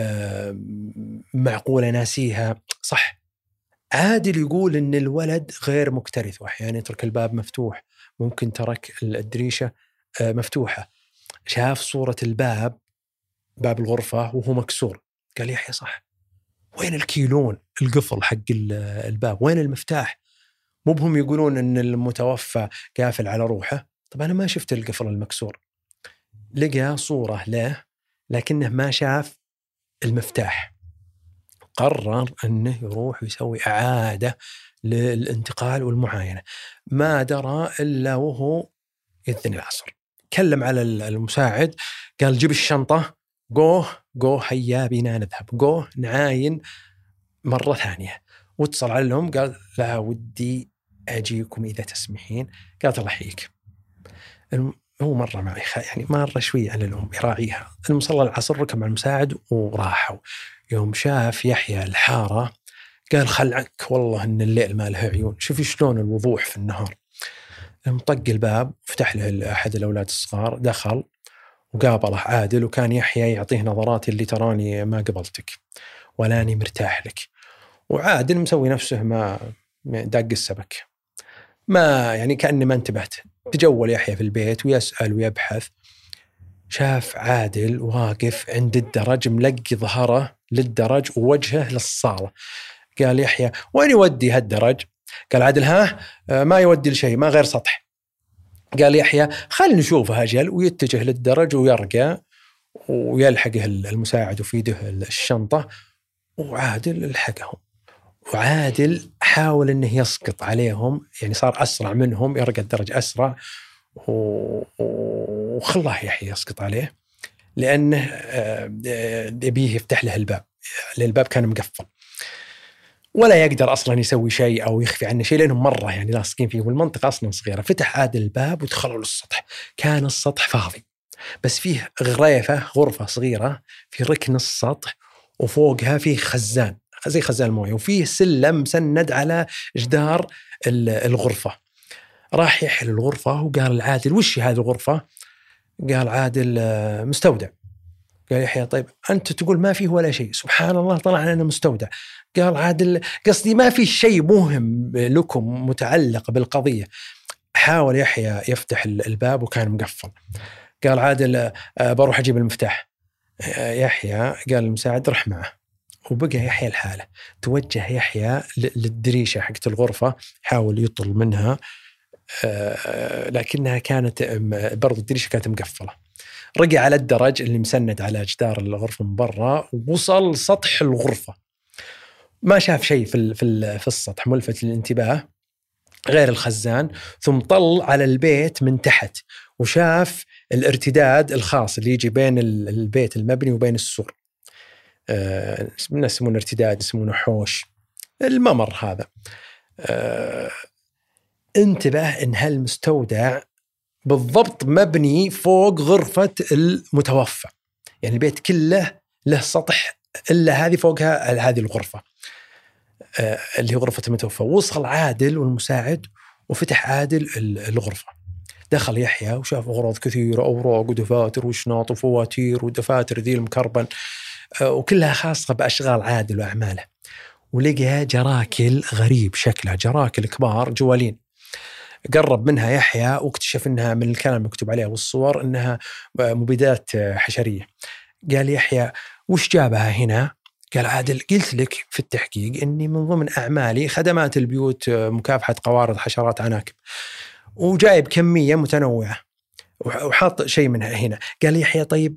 معقولة ناسيها؟ صح. عادل يقول إن الولد غير مكترث، وأحيانا يترك الباب مفتوح، ممكن ترك الدريشة مفتوحة. شاف صورة الباب، باب الغرفة وهو مكسور، قال يحيى صح، وين الكيلون القفل حق الباب؟ وين المفتاح؟ مو بهم يقولون إن المتوفى قافل على روحه؟ طب أنا ما شفت القفل المكسور. لقى صورة له لكنه ما شاف المفتاح. قرر أنه يروح ويسوي إعادة للانتقال والمعاينة. ما درى إلا وهو يذن العصر. كلم على المساعد، قال جيب الشنطة، قوه قوه هيا بنا نذهب، قوه نعاين مرة ثانية. واتصل عليهم قال لا ودي أجيكم إذا تسمحين. قالت الله يحييك. هو مرة معي يعني مرة شوي على الأم يراعيها. المصلى العصر ركب مع المساعد وراحوا. يوم شاف يحيى الحارة قال خل عنك والله إن الليل ما له عيون، شوفي شلون الوضوح في النهار. طق الباب وفتح له أحد الأولاد الصغار، دخل وقابله عادل، وكان يحيى يعطيه نظرات اللي تراني ما قبلتك ولاني مرتاح لك. وعادل مسوي نفسه ما داق السبك، ما يعني كأني ما انتبهت. تجول يحيى في البيت ويسأل ويبحث. شاف عادل واقف عند الدرج ملقي ظهره للدرج ووجهه للصالة. قال يحيى وين يودي هالدرج؟ قال عادل ها ما يودي لشيء، ما غير سطح. قال يحيى خل نشوفه أجل، ويتجه للدرج ويرقى ويلحقه المساعد وفي يده الشنطة، وعادل الحقهم. وعادل حاول أنه يسقط عليهم، يعني صار أسرع منهم، يرقى الدرج أسرع وخلاه يحيى يسقط عليه لأنه يبيه يفتح له الباب. الباب كان مقفل ولا يقدر أصلا يسوي شيء أو يخفي عنه شيء لأنهم مرة يعني لاصقين فيه، والمنطقة أصلا صغيرة. فتح عادل الباب ودخلوا للسطح. كان السطح فاضي بس فيه غريفة، غرفة صغيرة في ركن السطح، وفوقها فيه خزان زي خزان المويه، وفيه سلم مسند على جدار الغرفة. راح يحل الغرفة وقال العادل وش هذه الغرفة؟ قال عادل مستودع. قال يحيى طيب أنت تقول ما فيه ولا شيء، سبحان الله طلع لنا مستودع. قال عادل قصدي ما في شيء مهم لكم متعلق بالقضية. حاول يحيى يفتح الباب وكان مقفل. قال عادل بروح أجيب المفتاح. يحيى قال المساعد رح معه، وبقى يحيى الحالة. توجه يحيى للدريشة حقت الغرفة، حاول يطل منها لكنها كانت برضو الدريشة كانت مقفلة. رجع على الدرج اللي مسند على جدار الغرفة من برا، ووصل سطح الغرفة. ما شاف شيء في في في السطح ملفت للانتباه غير الخزان. ثم طل على البيت من تحت وشاف الارتداد الخاص اللي يجي بين البيت المبني وبين السور. آه يسمونه ارتداد، يسمونه حوش، الممر هذا. آه انتبه ان هالمستودع بالضبط مبني فوق غرفة المتوفى، يعني البيت كله له سطح إلا هذه فوقها هذه الغرفة آه اللي هي غرفة المتوفى. وصل عادل والمساعد وفتح عادل الغرفة. دخل يحيى وشاف أغراض كثيرة، أوراق ودفاتر وشناط وفواتير ودفاتر ذي المكربن آه وكلها خاصة بأشغال عادل وأعماله. ولقى جراكل غريب شكلها، جراكل كبار جوالين. قرب منها يحيى واكتشف انها من الكلام المكتوب عليها والصور انها مبيدات حشريه. قال يحيى وش جابها هنا؟ قال عادل قلت لك في التحقيق اني من ضمن اعمالي خدمات البيوت مكافحه قوارض حشرات عناكب، وجايب كميه متنوعه وحاط شيء منها هنا. قال يحيى طيب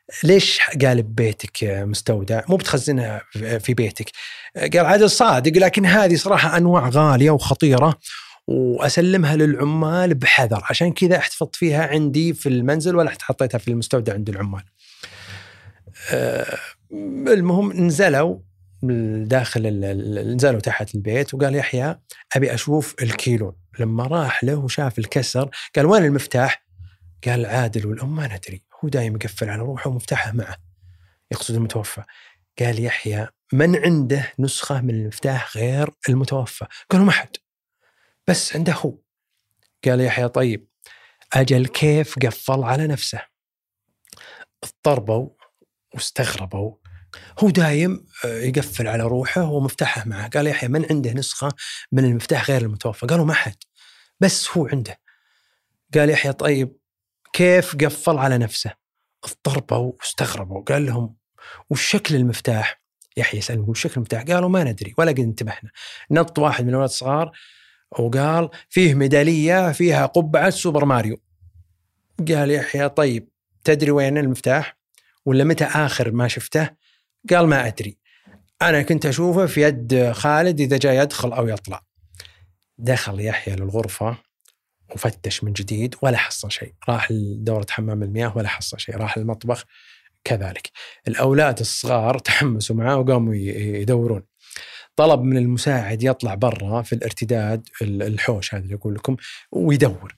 ليش قال ببيتك مستودع مو بتخزنها في بيتك؟ قال عادل صادق، لكن هذه صراحة أنواع غالية وخطيرة وأسلمها للعمال بحذر، عشان كذا احتفظ فيها عندي في المنزل ولا حطيتها في المستودع عند العمال. أه المهم نزلوا داخل نزلوا تحت البيت، وقال يحيى أبي أشوف الكيلو. لما راح له وشاف الكسر قال وين المفتاح؟ قال عادل والأم ما ندري، هو دايم يقفل على روحه ومفتاحه معه، يقصد المتوفى. قال يحيى من عنده نسخة من المفتاح غير المتوفى؟ قالوا ما حد، بس عنده هو. قال يحيى طيب أجل كيف قفل على نفسه؟ اضطربوا واستغربوا، هو دايم يقفل على روحه ومفتاحه معه. قال يحيى من عنده نسخة من المفتاح غير المتوفى؟ قالوا ما حد، بس هو عنده. قال يحيى طيب كيف قفل على نفسه؟ اضطربوا واستغربوا. قال لهم وش شكل المفتاح؟ يحيى يسألهم وش شكل المفتاح؟ قالوا ما ندري ولا قد انتبهنا. نط واحد من الأولاد الصغار وقال فيه ميدالية فيها قبعة سوبر ماريو. قال يحيى طيب تدري وين المفتاح ولا متى آخر ما شفته؟ قال ما أدري، أنا كنت أشوفه في يد خالد إذا جاء يدخل أو يطلع. دخل يحيى للغرفة وفتش من جديد ولا حصل شيء. راح لدورة حمام المياه ولا حصل شيء. راح المطبخ كذلك. الأولاد الصغار تحمسوا معه وقاموا يدورون. طلب من المساعد يطلع برا في الارتداد الحوش هذا اللي أقول لكم ويدور.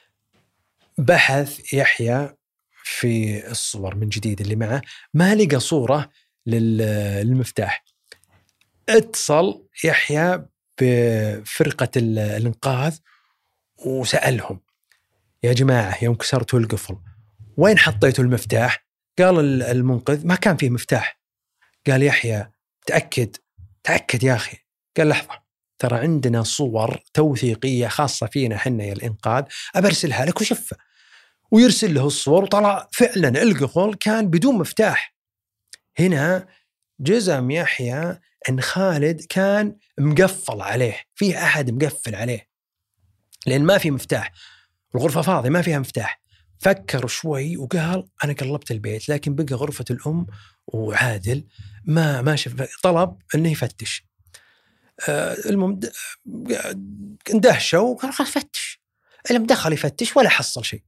بحث يحيى في الصور من جديد اللي معه، ما لقى صورة للمفتاح. اتصل يحيى بفرقة الإنقاذ وسألهم يا جماعة يوم كسرتوا القفل وين حطيتوا المفتاح؟ قال المنقذ ما كان فيه مفتاح. قال يحيى تأكد تأكد يا أخي. قال لحظة ترى عندنا صور توثيقية خاصة فينا حنا يا الإنقاذ أبرسلها لك وشفه. ويرسل له الصور وطلع فعلا القفل كان بدون مفتاح. هنا جزم يحيى أن خالد كان مقفل عليه، فيه أحد مقفل عليه لأن ما في مفتاح، الغرفة فاضية ما فيها مفتاح. فكر شوي وقال أنا قلبت البيت لكن بقى غرفة الأم وعادل ما ما شف. طلب إنه يفتش. آه المهم اندهشه وقال خلاص فتش. لما دخل يفتش ولا حصل شيء.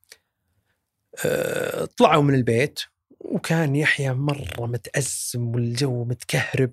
آه طلعوا من البيت وكان يحيى مرة متأزم والجو متكهرب.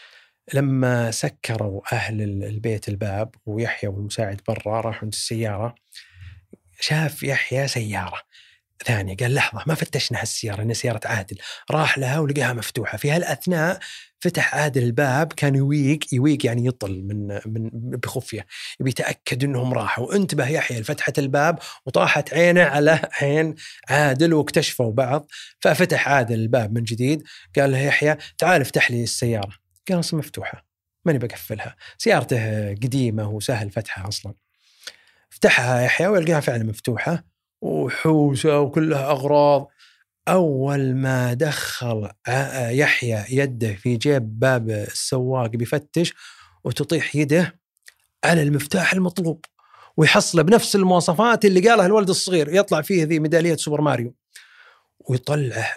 لما سكروا أهل البيت الباب ويحيى والمساعد برا راحوا عند السيارة، شاف يحيى سيارة ثانية. قال لحظة ما فتشنا هالسيارة إن سيارة عادل. راح لها ولقاها مفتوحة. في هالأثناء فتح عادل الباب، كان يويق يويق يعني يطل من من بخفية، يبي يتأكد إنهم راحوا. انتبه يحيى لفتحة الباب وطاحت عينه على عين عادل واكتشفوا بعض. ففتح عادل الباب من جديد. قال له يحيى تعال افتح لي السيارة. قال أصلا مفتوحة ماني بقفلها، سيارته قديمة وسهل فتحها أصلا. فتحها يحيى ويلقاها فعلا مفتوحة وحوسة وكلها أغراض. أول ما دخل يحيى يده في جيب باب السواق بيفتش وتطيح يده على المفتاح المطلوب ويحصله بنفس المواصفات اللي قالها الولد الصغير، يطلع فيه ذي ميدالية سوبر ماريو. ويطلع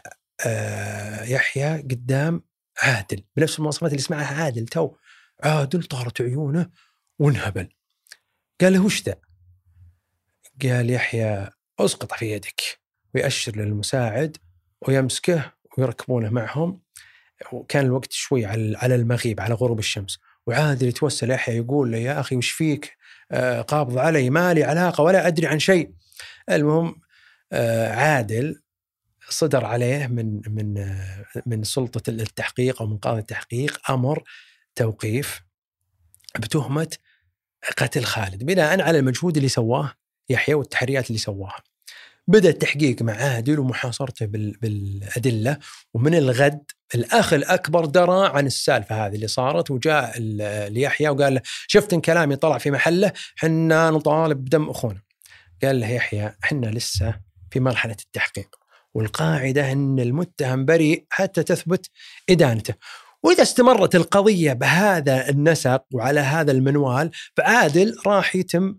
يحيى قدام عادل بنفس المواصفات اللي سمعها عادل تو. عادل طارت عيونه وانهبل. قال له وش ذا؟ قال يحيى أسقط في يدك، ويأشر للمساعد ويمسكه ويركبونه معهم. وكان الوقت شوي على على المغيب على غروب الشمس. وعادل يتوسل يحيى يقول له يا أخي وش فيك؟ آه قابض علي، ما لي علاقة ولا أدري عن شيء. المهم آه عادل صدر عليه من من آه من سلطة التحقيق أو من قاضي التحقيق أمر توقيف بتهمة قتل خالد بناء على المجهود اللي سواه يحيى والتحريات اللي سواها. بدأ التحقيق مع عادل ومحاصرته بالأدلة. ومن الغد الأخ الأكبر درى عن السالفة هذه اللي صارت وجاء ليحيى وقال له شفت إن كلامي طلع في محله، حنا نطالب بدم أخونا. قال له يحيى حنا لسه في مرحلة التحقيق والقاعدة أن المتهم بريء حتى تثبت إدانته. وإذا استمرت القضية بهذا النسق وعلى هذا المنوال فعادل راح يتم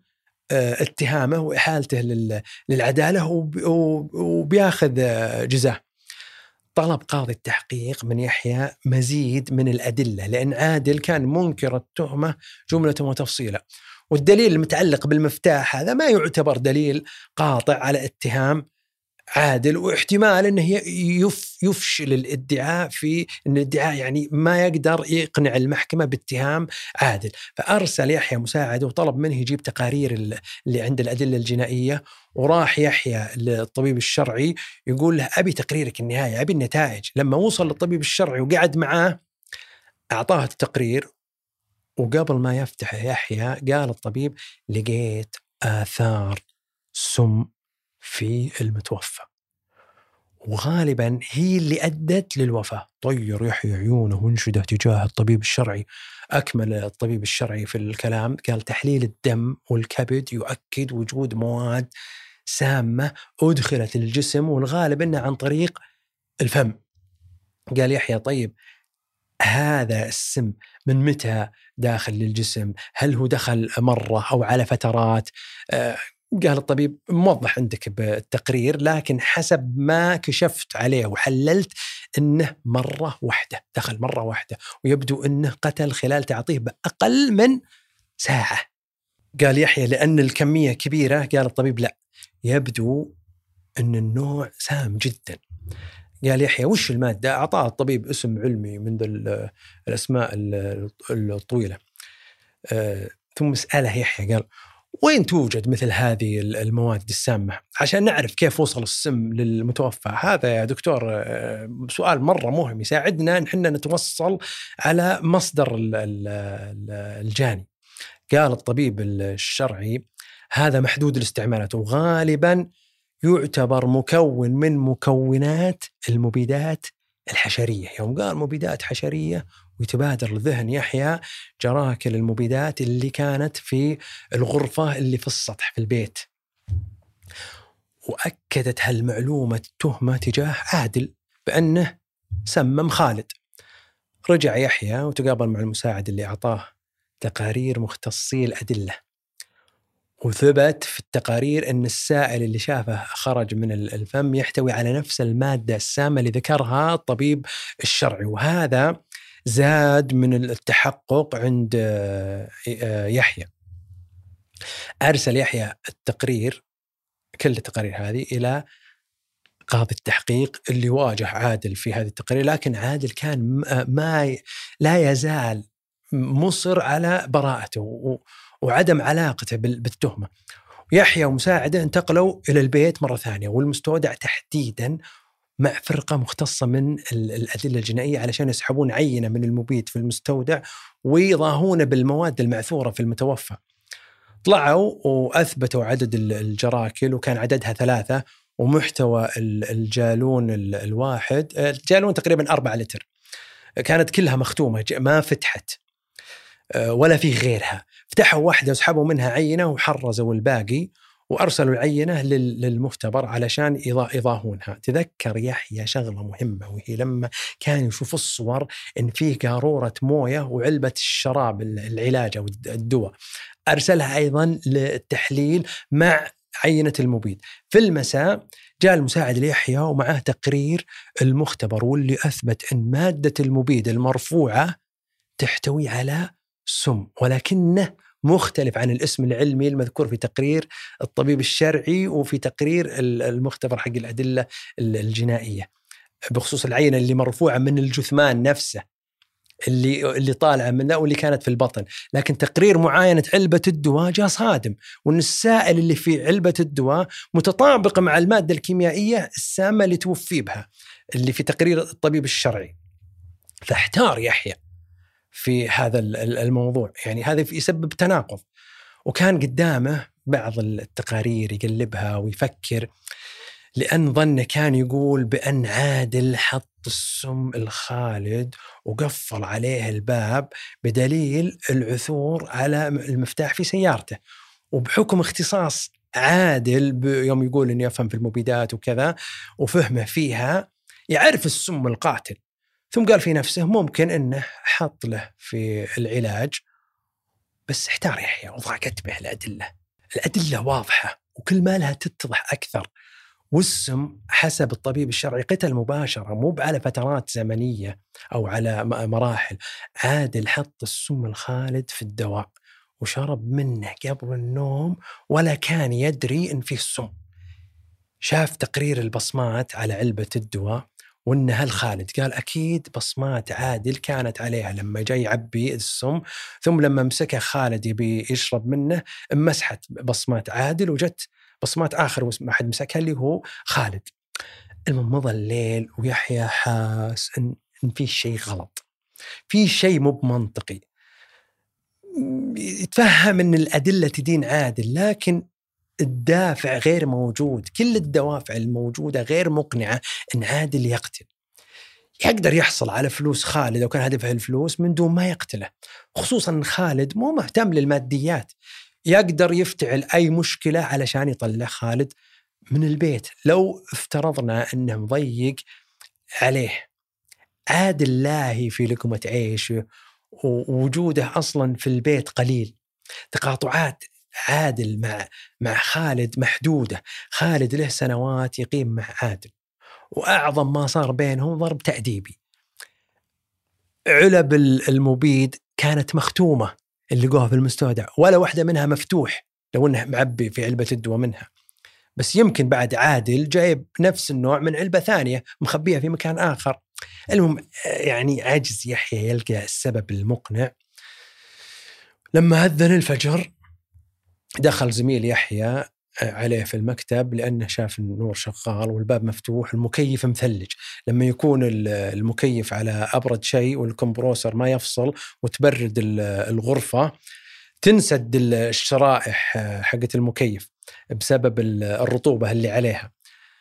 اتهامه وإحالته للعدالة وبياخذ جزاه. طلب قاضي التحقيق من يحيى مزيد من الأدلة، لأن عادل كان منكر التهمة جملة وتفصيلا، والدليل المتعلق بالمفتاح هذا ما يعتبر دليل قاطع على اتهام عادل، واحتمال أنه يف يفشل الادعاء في أن الادعاء يعني ما يقدر يقنع المحكمة باتهام عادل. فأرسل يحيى مساعده وطلب منه يجيب تقارير اللي عند الأدلة الجنائية، وراح يحيى للطبيب الشرعي يقول له أبي تقريرك النهائي، أبي النتائج. لما وصل للطبيب الشرعي وقعد معاه أعطاه التقرير، وقبل ما يفتح يحيى قال الطبيب لقيت آثار سم في المتوفى، وغالبا هي اللي أدت للوفاة. طير يحيى عيونه وانشده تجاه الطبيب الشرعي. أكمل الطبيب الشرعي في الكلام، قال تحليل الدم والكبد يؤكد وجود مواد سامة أدخلت الجسم، والغالب أنها عن طريق الفم. قال يحيى طيب هذا السم من متى داخل للجسم؟ هل هو دخل مرة أو على فترات؟ آه قال الطبيب موضح عندك بالتقرير، لكن حسب ما كشفت عليه وحللت أنه مرة واحدة، دخل مرة واحدة، ويبدو أنه قتل خلال تعاطيه بأقل من ساعة. قال يحيى لأن الكمية كبيرة، قال الطبيب لا، يبدو أن النوع سام جدا. قال يحيى وش المادة؟ أعطاه الطبيب اسم علمي من الأسماء الطويلة. أه ثم سأله يحيى قال وين توجد مثل هذه المواد السامة عشان نعرف كيف وصل السم للمتوفى؟ هذا يا دكتور أه سؤال مرة مهم يساعدنا نحن نتوصل على مصدر الجاني. قال الطبيب الشرعي هذا محدود الاستعمالات، وغالبا يعتبر مكون من مكونات المبيدات الحشرية. يوم قال مبيدات حشرية ويتبادر لذهن يحيى جراكل المبيدات اللي كانت في الغرفة اللي في السطح في البيت. وأكدت هالمعلومة التهمة تجاه عادل بأنه سمم خالد. رجع يحيى وتقابل مع المساعد اللي أعطاه تقارير مختصي الأدلة، وثبت في التقارير أن السائل اللي شافه خرج من الفم يحتوي على نفس المادة السامة اللي ذكرها الطبيب الشرعي، وهذا زاد من التحقق عند يحيى. أرسل يحيى التقرير، كل التقارير هذه، إلى قاضي التحقيق اللي واجه عادل في هذه التقارير، لكن عادل كان ما لا يزال مصر على براءته وعدم علاقته بالتهمة. يحيى ومساعده انتقلوا إلى البيت مرة ثانية والمستودع تحديدا مع فرقة مختصة من الأدلة الجنائية علشان يسحبون عينة من المبيد في المستودع ويضاهون بالمواد المعثورة في المتوفى. طلعوا وأثبتوا عدد الجراكل وكان عددها ثلاثة، ومحتوى الجالون الواحد، الجالون تقريبا أربعة لتر، كانت كلها مختومة ما فتحت ولا في غيرها. فتحوا واحدة وسحبوا منها عينة وحرزوا الباقي وأرسلوا العينة للمختبر علشان يضاهونها. تذكر يحيى شغلة مهمة، وهي لما كان يشوف الصور إن فيه قارورة موية وعلبة الشراب العلاج أو الدواء، أرسلها أيضا للتحليل مع عينة المبيد. في المساء جاء المساعد ليحيى ومعه تقرير المختبر واللي أثبت أن مادة المبيد المرفوعة تحتوي على سم، ولكنه مختلف عن الاسم العلمي المذكور في تقرير الطبيب الشرعي وفي تقرير المختبر حق الأدلة الجنائية بخصوص العينة اللي مرفوعة من الجثمان نفسه اللي اللي طالعة منه واللي كانت في البطن. لكن تقرير معاينة علبة الدواء جاء صادم، وأن السائل اللي في علبة الدواء متطابق مع المادة الكيميائية السامة اللي توفي بها اللي في تقرير الطبيب الشرعي. فاحتار يحيى في هذا الموضوع، يعني هذا يسبب تناقض. وكان قدامه بعض التقارير يقلبها ويفكر، لأن ظنه كان يقول بأن عادل حط السم الخالد وقفل عليه الباب بدليل العثور على المفتاح في سيارته. وبحكم اختصاص عادل يوم يقول إنه يفهم في المبيدات وكذا وفهمه فيها يعرف السم القاتل. ثم قال في نفسه ممكن أنه حط له في العلاج، بس احتار يحيى وضاقت به الأدلة. الأدلة واضحة وكل ما لها تتضح أكثر، والسم حسب الطبيب الشرعي قتل مباشرة، مو على فترات زمنية أو على مراحل. عادل حط السم الخالد في الدواء وشرب منه قبل النوم ولا كان يدري إن فيه السم. شاف تقرير البصمات على علبة الدواء وإنها الخالد، قال أكيد بصمات عادل كانت عليها لما جاي يعبي السم. ثم لما مسكها خالد يبي يشرب منه مسحت بصمات عادل وجت بصمات آخر ما حد مسكها اللي هو خالد. المهم مضى الليل ويحيى حاس إن, إن في شيء غلط، في شيء مو بمنطقي. يتفهم إن الأدلة تدين عادل لكن الدافع غير موجود. كل الدوافع الموجودة غير مقنعة إن عادل يقتل. يقدر يحصل على فلوس خالد لو كان هدفه الفلوس من دون ما يقتله، خصوصا إن خالد مو مهتم للماديات، يقدر يفتعل أي مشكلة علشان يطلع خالد من البيت. لو افترضنا أنه مضيق عليه، عادل لاهي في لقمة عيشه ووجوده أصلا في البيت قليل، تقاطعات عادل مع مع خالد محدودة. خالد له سنوات يقيم مع عادل وأعظم ما صار بينهم ضرب تأديبي. علب المبيد كانت مختومة اللي لقوها في المستودع ولا واحدة منها مفتوح لو أنه معبي في علبة الدواء منها، بس يمكن بعد عادل جايب نفس النوع من علبة ثانية مخبيها في مكان آخر. المهم يعني عجز يحيى يلقى السبب المقنع. لما أذن الفجر دخل زميل يحيى عليه في المكتب لأنه شاف النور شغال والباب مفتوح، المكيف مثلج. لما يكون المكيف على أبرد شيء والكمبروسر ما يفصل وتبرد الغرفة تنسد الشرائح حقت المكيف بسبب الرطوبة اللي عليها،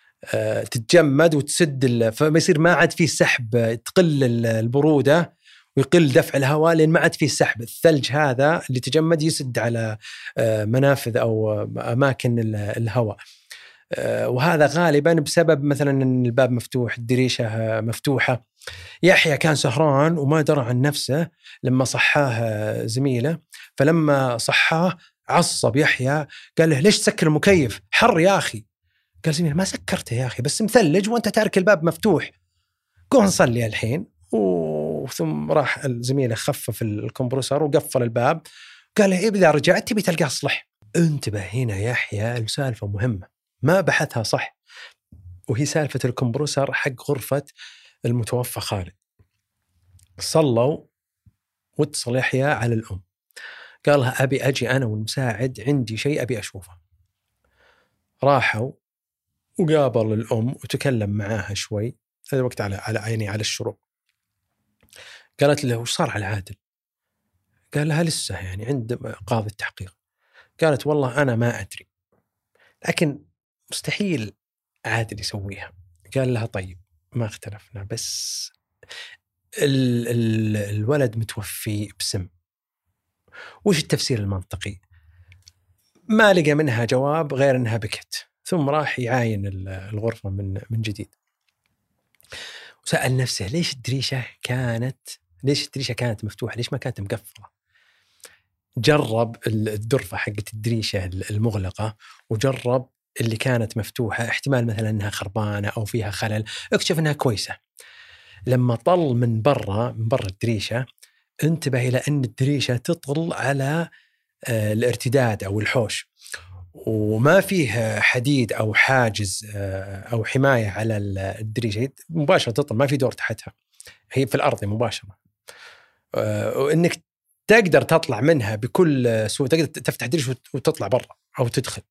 تتجمد وتسد، فما يصير ما عاد فيه سحب، تقل البرودة ويقل دفع الهواء لأن ما عاد فيه سحب. الثلج هذا اللي تجمد يسد على منافذ أو أماكن الهواء، وهذا غالبا بسبب مثلا أن الباب مفتوح، الدريشة مفتوحة. يحيى كان سهران وما درى عن نفسه لما صحاه زميله، فلما صحاه عصب يحيى قال له ليش تسكر المكيف؟ حر يا أخي. قال زميله ما سكرته يا أخي بس مثلج وأنت تارك الباب مفتوح، قوم نصلي الحين. وثم راح الزميله خفف الكمبروسر وقفل الباب، قال له إذا رجعت تبي تلقاه صلح. انتبه هنا يحيى السالفة مهمة ما بحثها صح، وهي سالفة الكمبروسر حق غرفة المتوفى خالد. صلوا واتصل يحيى على الأم، قال لها أبي أجي أنا والمساعد عندي شيء أبي أشوفه. راحوا وقابل الأم وتكلم معاها شوي، هذا الوقت على على عيني على الشروق. قالت له وش صار على عادل؟ قال لها لسه يعني عند قاضي التحقيق. قالت والله أنا ما أدري لكن مستحيل عادل يسويها. قال لها طيب ما اختلفنا، بس ال ال الولد متوفي بسم، وش التفسير المنطقي؟ ما لقى منها جواب غير أنها بكت، ثم راح يعاين الغرفة من من جديد وسأل نفسه ليش الدريشة كانت ليش الدريشة كانت مفتوحة، ليش ما كانت مقفلة؟ جرب الدرفة حقت الدريشة المغلقة وجرب اللي كانت مفتوحة، احتمال مثلا أنها خربانة أو فيها خلل، اكتشف أنها كويسة. لما طل من برا من برا الدريشة انتبه إلى أن الدريشة تطل على الارتداد أو الحوش، وما فيه حديد أو حاجز أو حماية على الدريشة، مباشرة تطل، ما في دور تحتها، هي في الأرض مباشرة، وإنك تقدر تطلع منها بكل سهولة، تقدر تفتح دريشة وتطلع برا أو تدخل.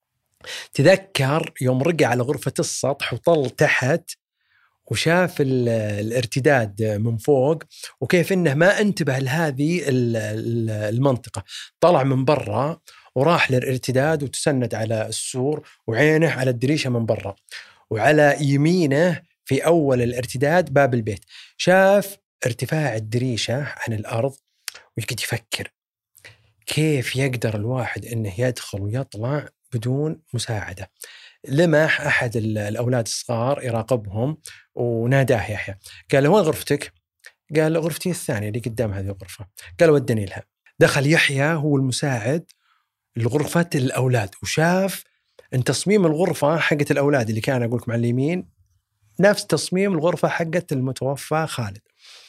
تذكر يوم رجع على غرفة السطح وطل تحت وشاف الارتداد من فوق وكيف إنه ما انتبه لهذه المنطقة، طلع من برا وراح للارتداد وتسند على السور وعينه على الدريشة من برا، وعلى يمينه في أول الارتداد باب البيت شاف ارتفاع الدريشة عن الأرض، ويقعد يفكر كيف يقدر الواحد إنه يدخل ويطلع بدون مساعدة. لمح أحد الأولاد الصغار يراقبهم وناداه يحيى، قال له وين غرفتك؟ قال غرفتي الثانية اللي قدام هذه الغرفة. قال ودني لها. دخل يحيى هو المساعد لغرفة الأولاد وشاف ان تصميم الغرفه حقت الاولاد اللي كان اقول لكم على اليمين نفس تصميم الغرفه حقت المتوفى خالد،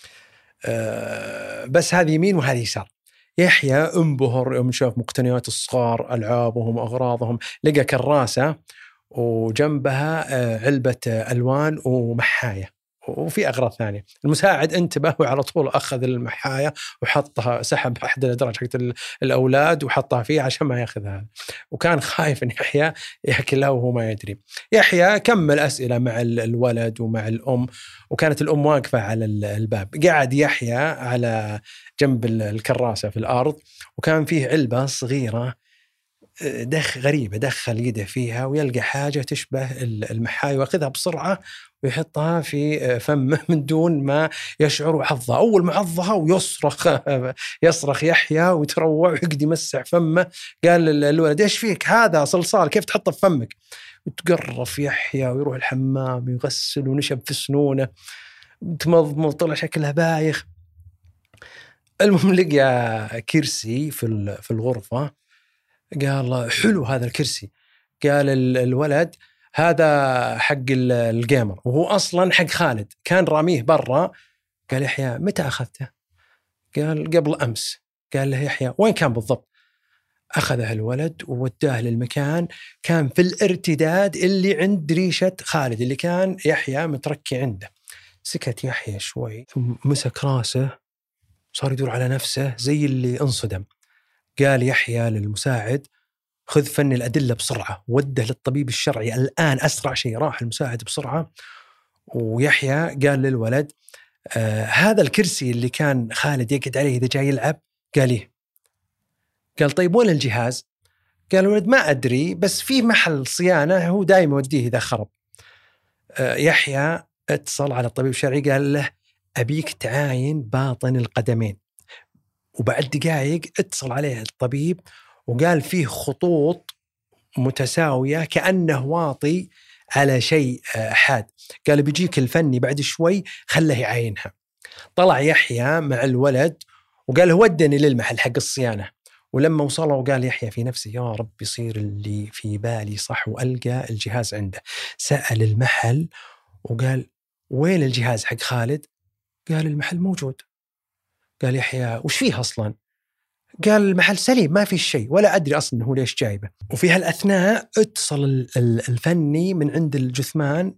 أه بس هذه يمين وهذه يسار. يحيى انبهر يوم شاف مقتنيات الصغار، العابهم واغراضهم، لقى كراسه وجنبها علبه الوان ومحايه وفي أغراض ثانية. المساعد انتبه وعلى طول أخذ المحاية وحطها، سحب أحد الأدراج حقت الأولاد وحطها فيه عشان ما يأخذها، وكان خايف أن يحيى يأكلها وهو ما يدري. يحيى كمل أسئلة مع الولد ومع الأم، وكانت الأم واقفة على الباب. قعد يحيى على جنب الكراسة في الأرض، وكان فيه علبة صغيرة دخ غريبة، دخل يده فيها ويلقى حاجة تشبه المحاية ويأخذها بسرعة ويحطها في فمه من دون ما يشعر وعضها. أول ما عضها ويصرخ يصرخ يحيى ويتروع ويقعد يمسح فمه. قال الولد إيش فيك؟ هذا صلصال كيف تحطه في فمك؟ وتقرف يحيى ويروح الحمام يغسل ونشب في سنونه تمضمض، طلع شكلها بايخ. المهم لقى كرسي في في الغرفة، قال حلو هذا الكرسي. قال الولد هذا حق الجيمر وهو أصلا حق خالد، كان راميه برا. قال يحيى متى أخذته؟ قال قبل أمس. قال له يحيى وين كان بالضبط؟ أخذه الولد ووداه للمكان كان في الارتداد اللي عند ريشة خالد اللي كان يحيى متركي عنده. سكت يحيى شوي ثم مسك راسه صار يدور على نفسه زي اللي انصدم. قال يحيى للمساعد خذ فني الأدلة بسرعة، وده للطبيب الشرعي الآن أسرع شيء. راح المساعد بسرعة، ويحيى قال للولد آه هذا الكرسي اللي كان خالد يقعد عليه إذا جاي يلعب؟ قال إيه. قال طيب وين الجهاز؟ قال الولد ما أدري بس فيه محل صيانة هو دايما يوديه إذا خرب. آه يحيى اتصل على الطبيب الشرعي قال له أبيك تعاين باطن القدمين، وبعد دقائق اتصل عليه الطبيب وقال فيه خطوط متساوية كأنه واطي على شيء حاد. قال بيجيك الفني بعد شوي خله يعاينها. طلع يحيى مع الولد وقال ودني للمحل حق الصيانة. ولما وصلوا قال يحيى في نفسه يا رب يصير اللي في بالي صح وألقى الجهاز عنده. سأل المحل وقال وين الجهاز حق خالد؟ قال المحل موجود. قال يحيى وش فيه أصلاً؟ قال المحل سليم ما في شيء ولا أدري أصلاً هو ليش جايبه. وفي هالأثناء اتصل الفني من عند الجثمان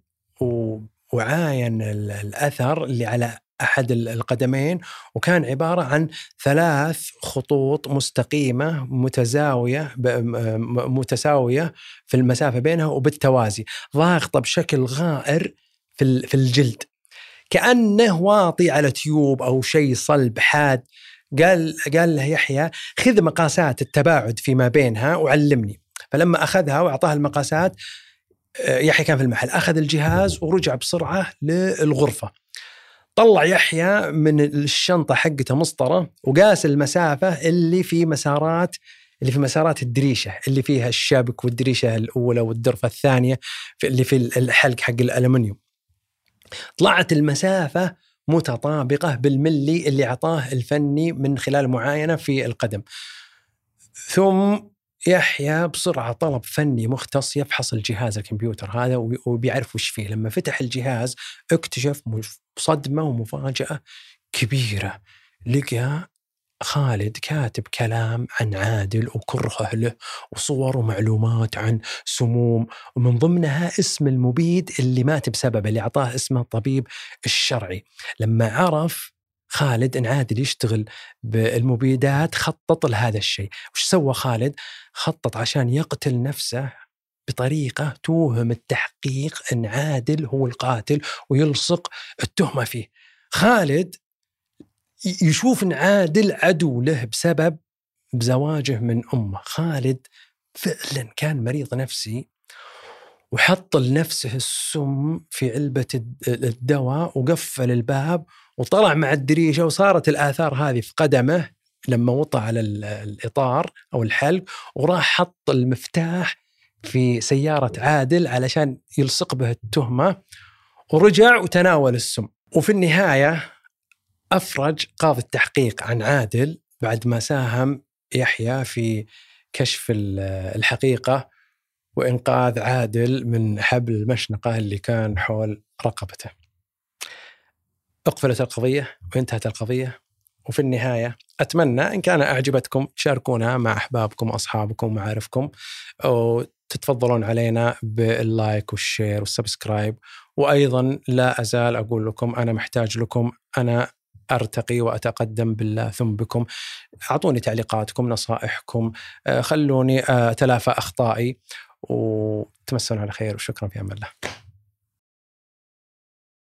وعاين الأثر اللي على أحد القدمين، وكان عبارة عن ثلاث خطوط مستقيمة متزاوية متساوية في المسافة بينها وبالتوازي، ضاغطة بشكل غائر في الجلد كأنه واطي على تيوب أو شيء صلب حاد. قال قال له يحيى خذ مقاسات التباعد فيما بينها وعلمني. فلما أخذها وأعطاها المقاسات يحيى كان في المحل، أخذ الجهاز ورجع بسرعة للغرفة. طلع يحيى من الشنطة حقته مسطرة وقاس المسافة اللي في مسارات اللي في مسارات الدريشة اللي فيها الشبك والدريشة الأولى والدرفة الثانية اللي في الحلق حق الألمنيوم. طلعت المسافة متطابقة بالملي اللي عطاه الفني من خلال معاينة في القدم. ثم يحيى بسرعة طلب فني مختص يفحص الجهاز الكمبيوتر هذا وبيعرف وش فيه. لما فتح الجهاز اكتشف صدمة ومفاجأة كبيرة. لقى خالد كاتب كلام عن عادل وكرهه له وصور ومعلومات عن سموم، ومن ضمنها اسم المبيد اللي مات بسببه اللي عطاه اسمه الطبيب الشرعي. لما عرف خالد ان عادل يشتغل بالمبيدات خطط لهذا الشيء. وش سوى خالد؟ خطط عشان يقتل نفسه بطريقة توهم التحقيق ان عادل هو القاتل ويلصق التهمة فيه. خالد يشوف ان عادل عدو له بسبب بزواجه من أمه. خالد فعلا كان مريض نفسي وحط لنفسه السم في علبة الدواء وقفل الباب وطلع مع الدريشة، وصارت الآثار هذه في قدمه لما وطى على الإطار أو الحلق، وراح حط المفتاح في سيارة عادل علشان يلصق به التهمة، ورجع وتناول السم. وفي النهاية أفرج قاضي التحقيق عن عادل بعد ما ساهم يحيى في كشف الحقيقة وإنقاذ عادل من حبل المشنقة اللي كان حول رقبته. أقفلت القضية وانتهت القضية، وفي النهاية أتمنى إن كان أعجبتكم شاركونا مع أحبابكم وأصحابكم ومعارفكم، وتتفضلون علينا باللايك والشير والسبسكرايب. وأيضا لا أزال أقول لكم أنا محتاج لكم، أنا أرتقي وأتقدم بالله ثم بكم. أعطوني تعليقاتكم، نصائحكم، خلوني أتلافى أخطائي، وتمسون على خير وشكرا في أمان الله.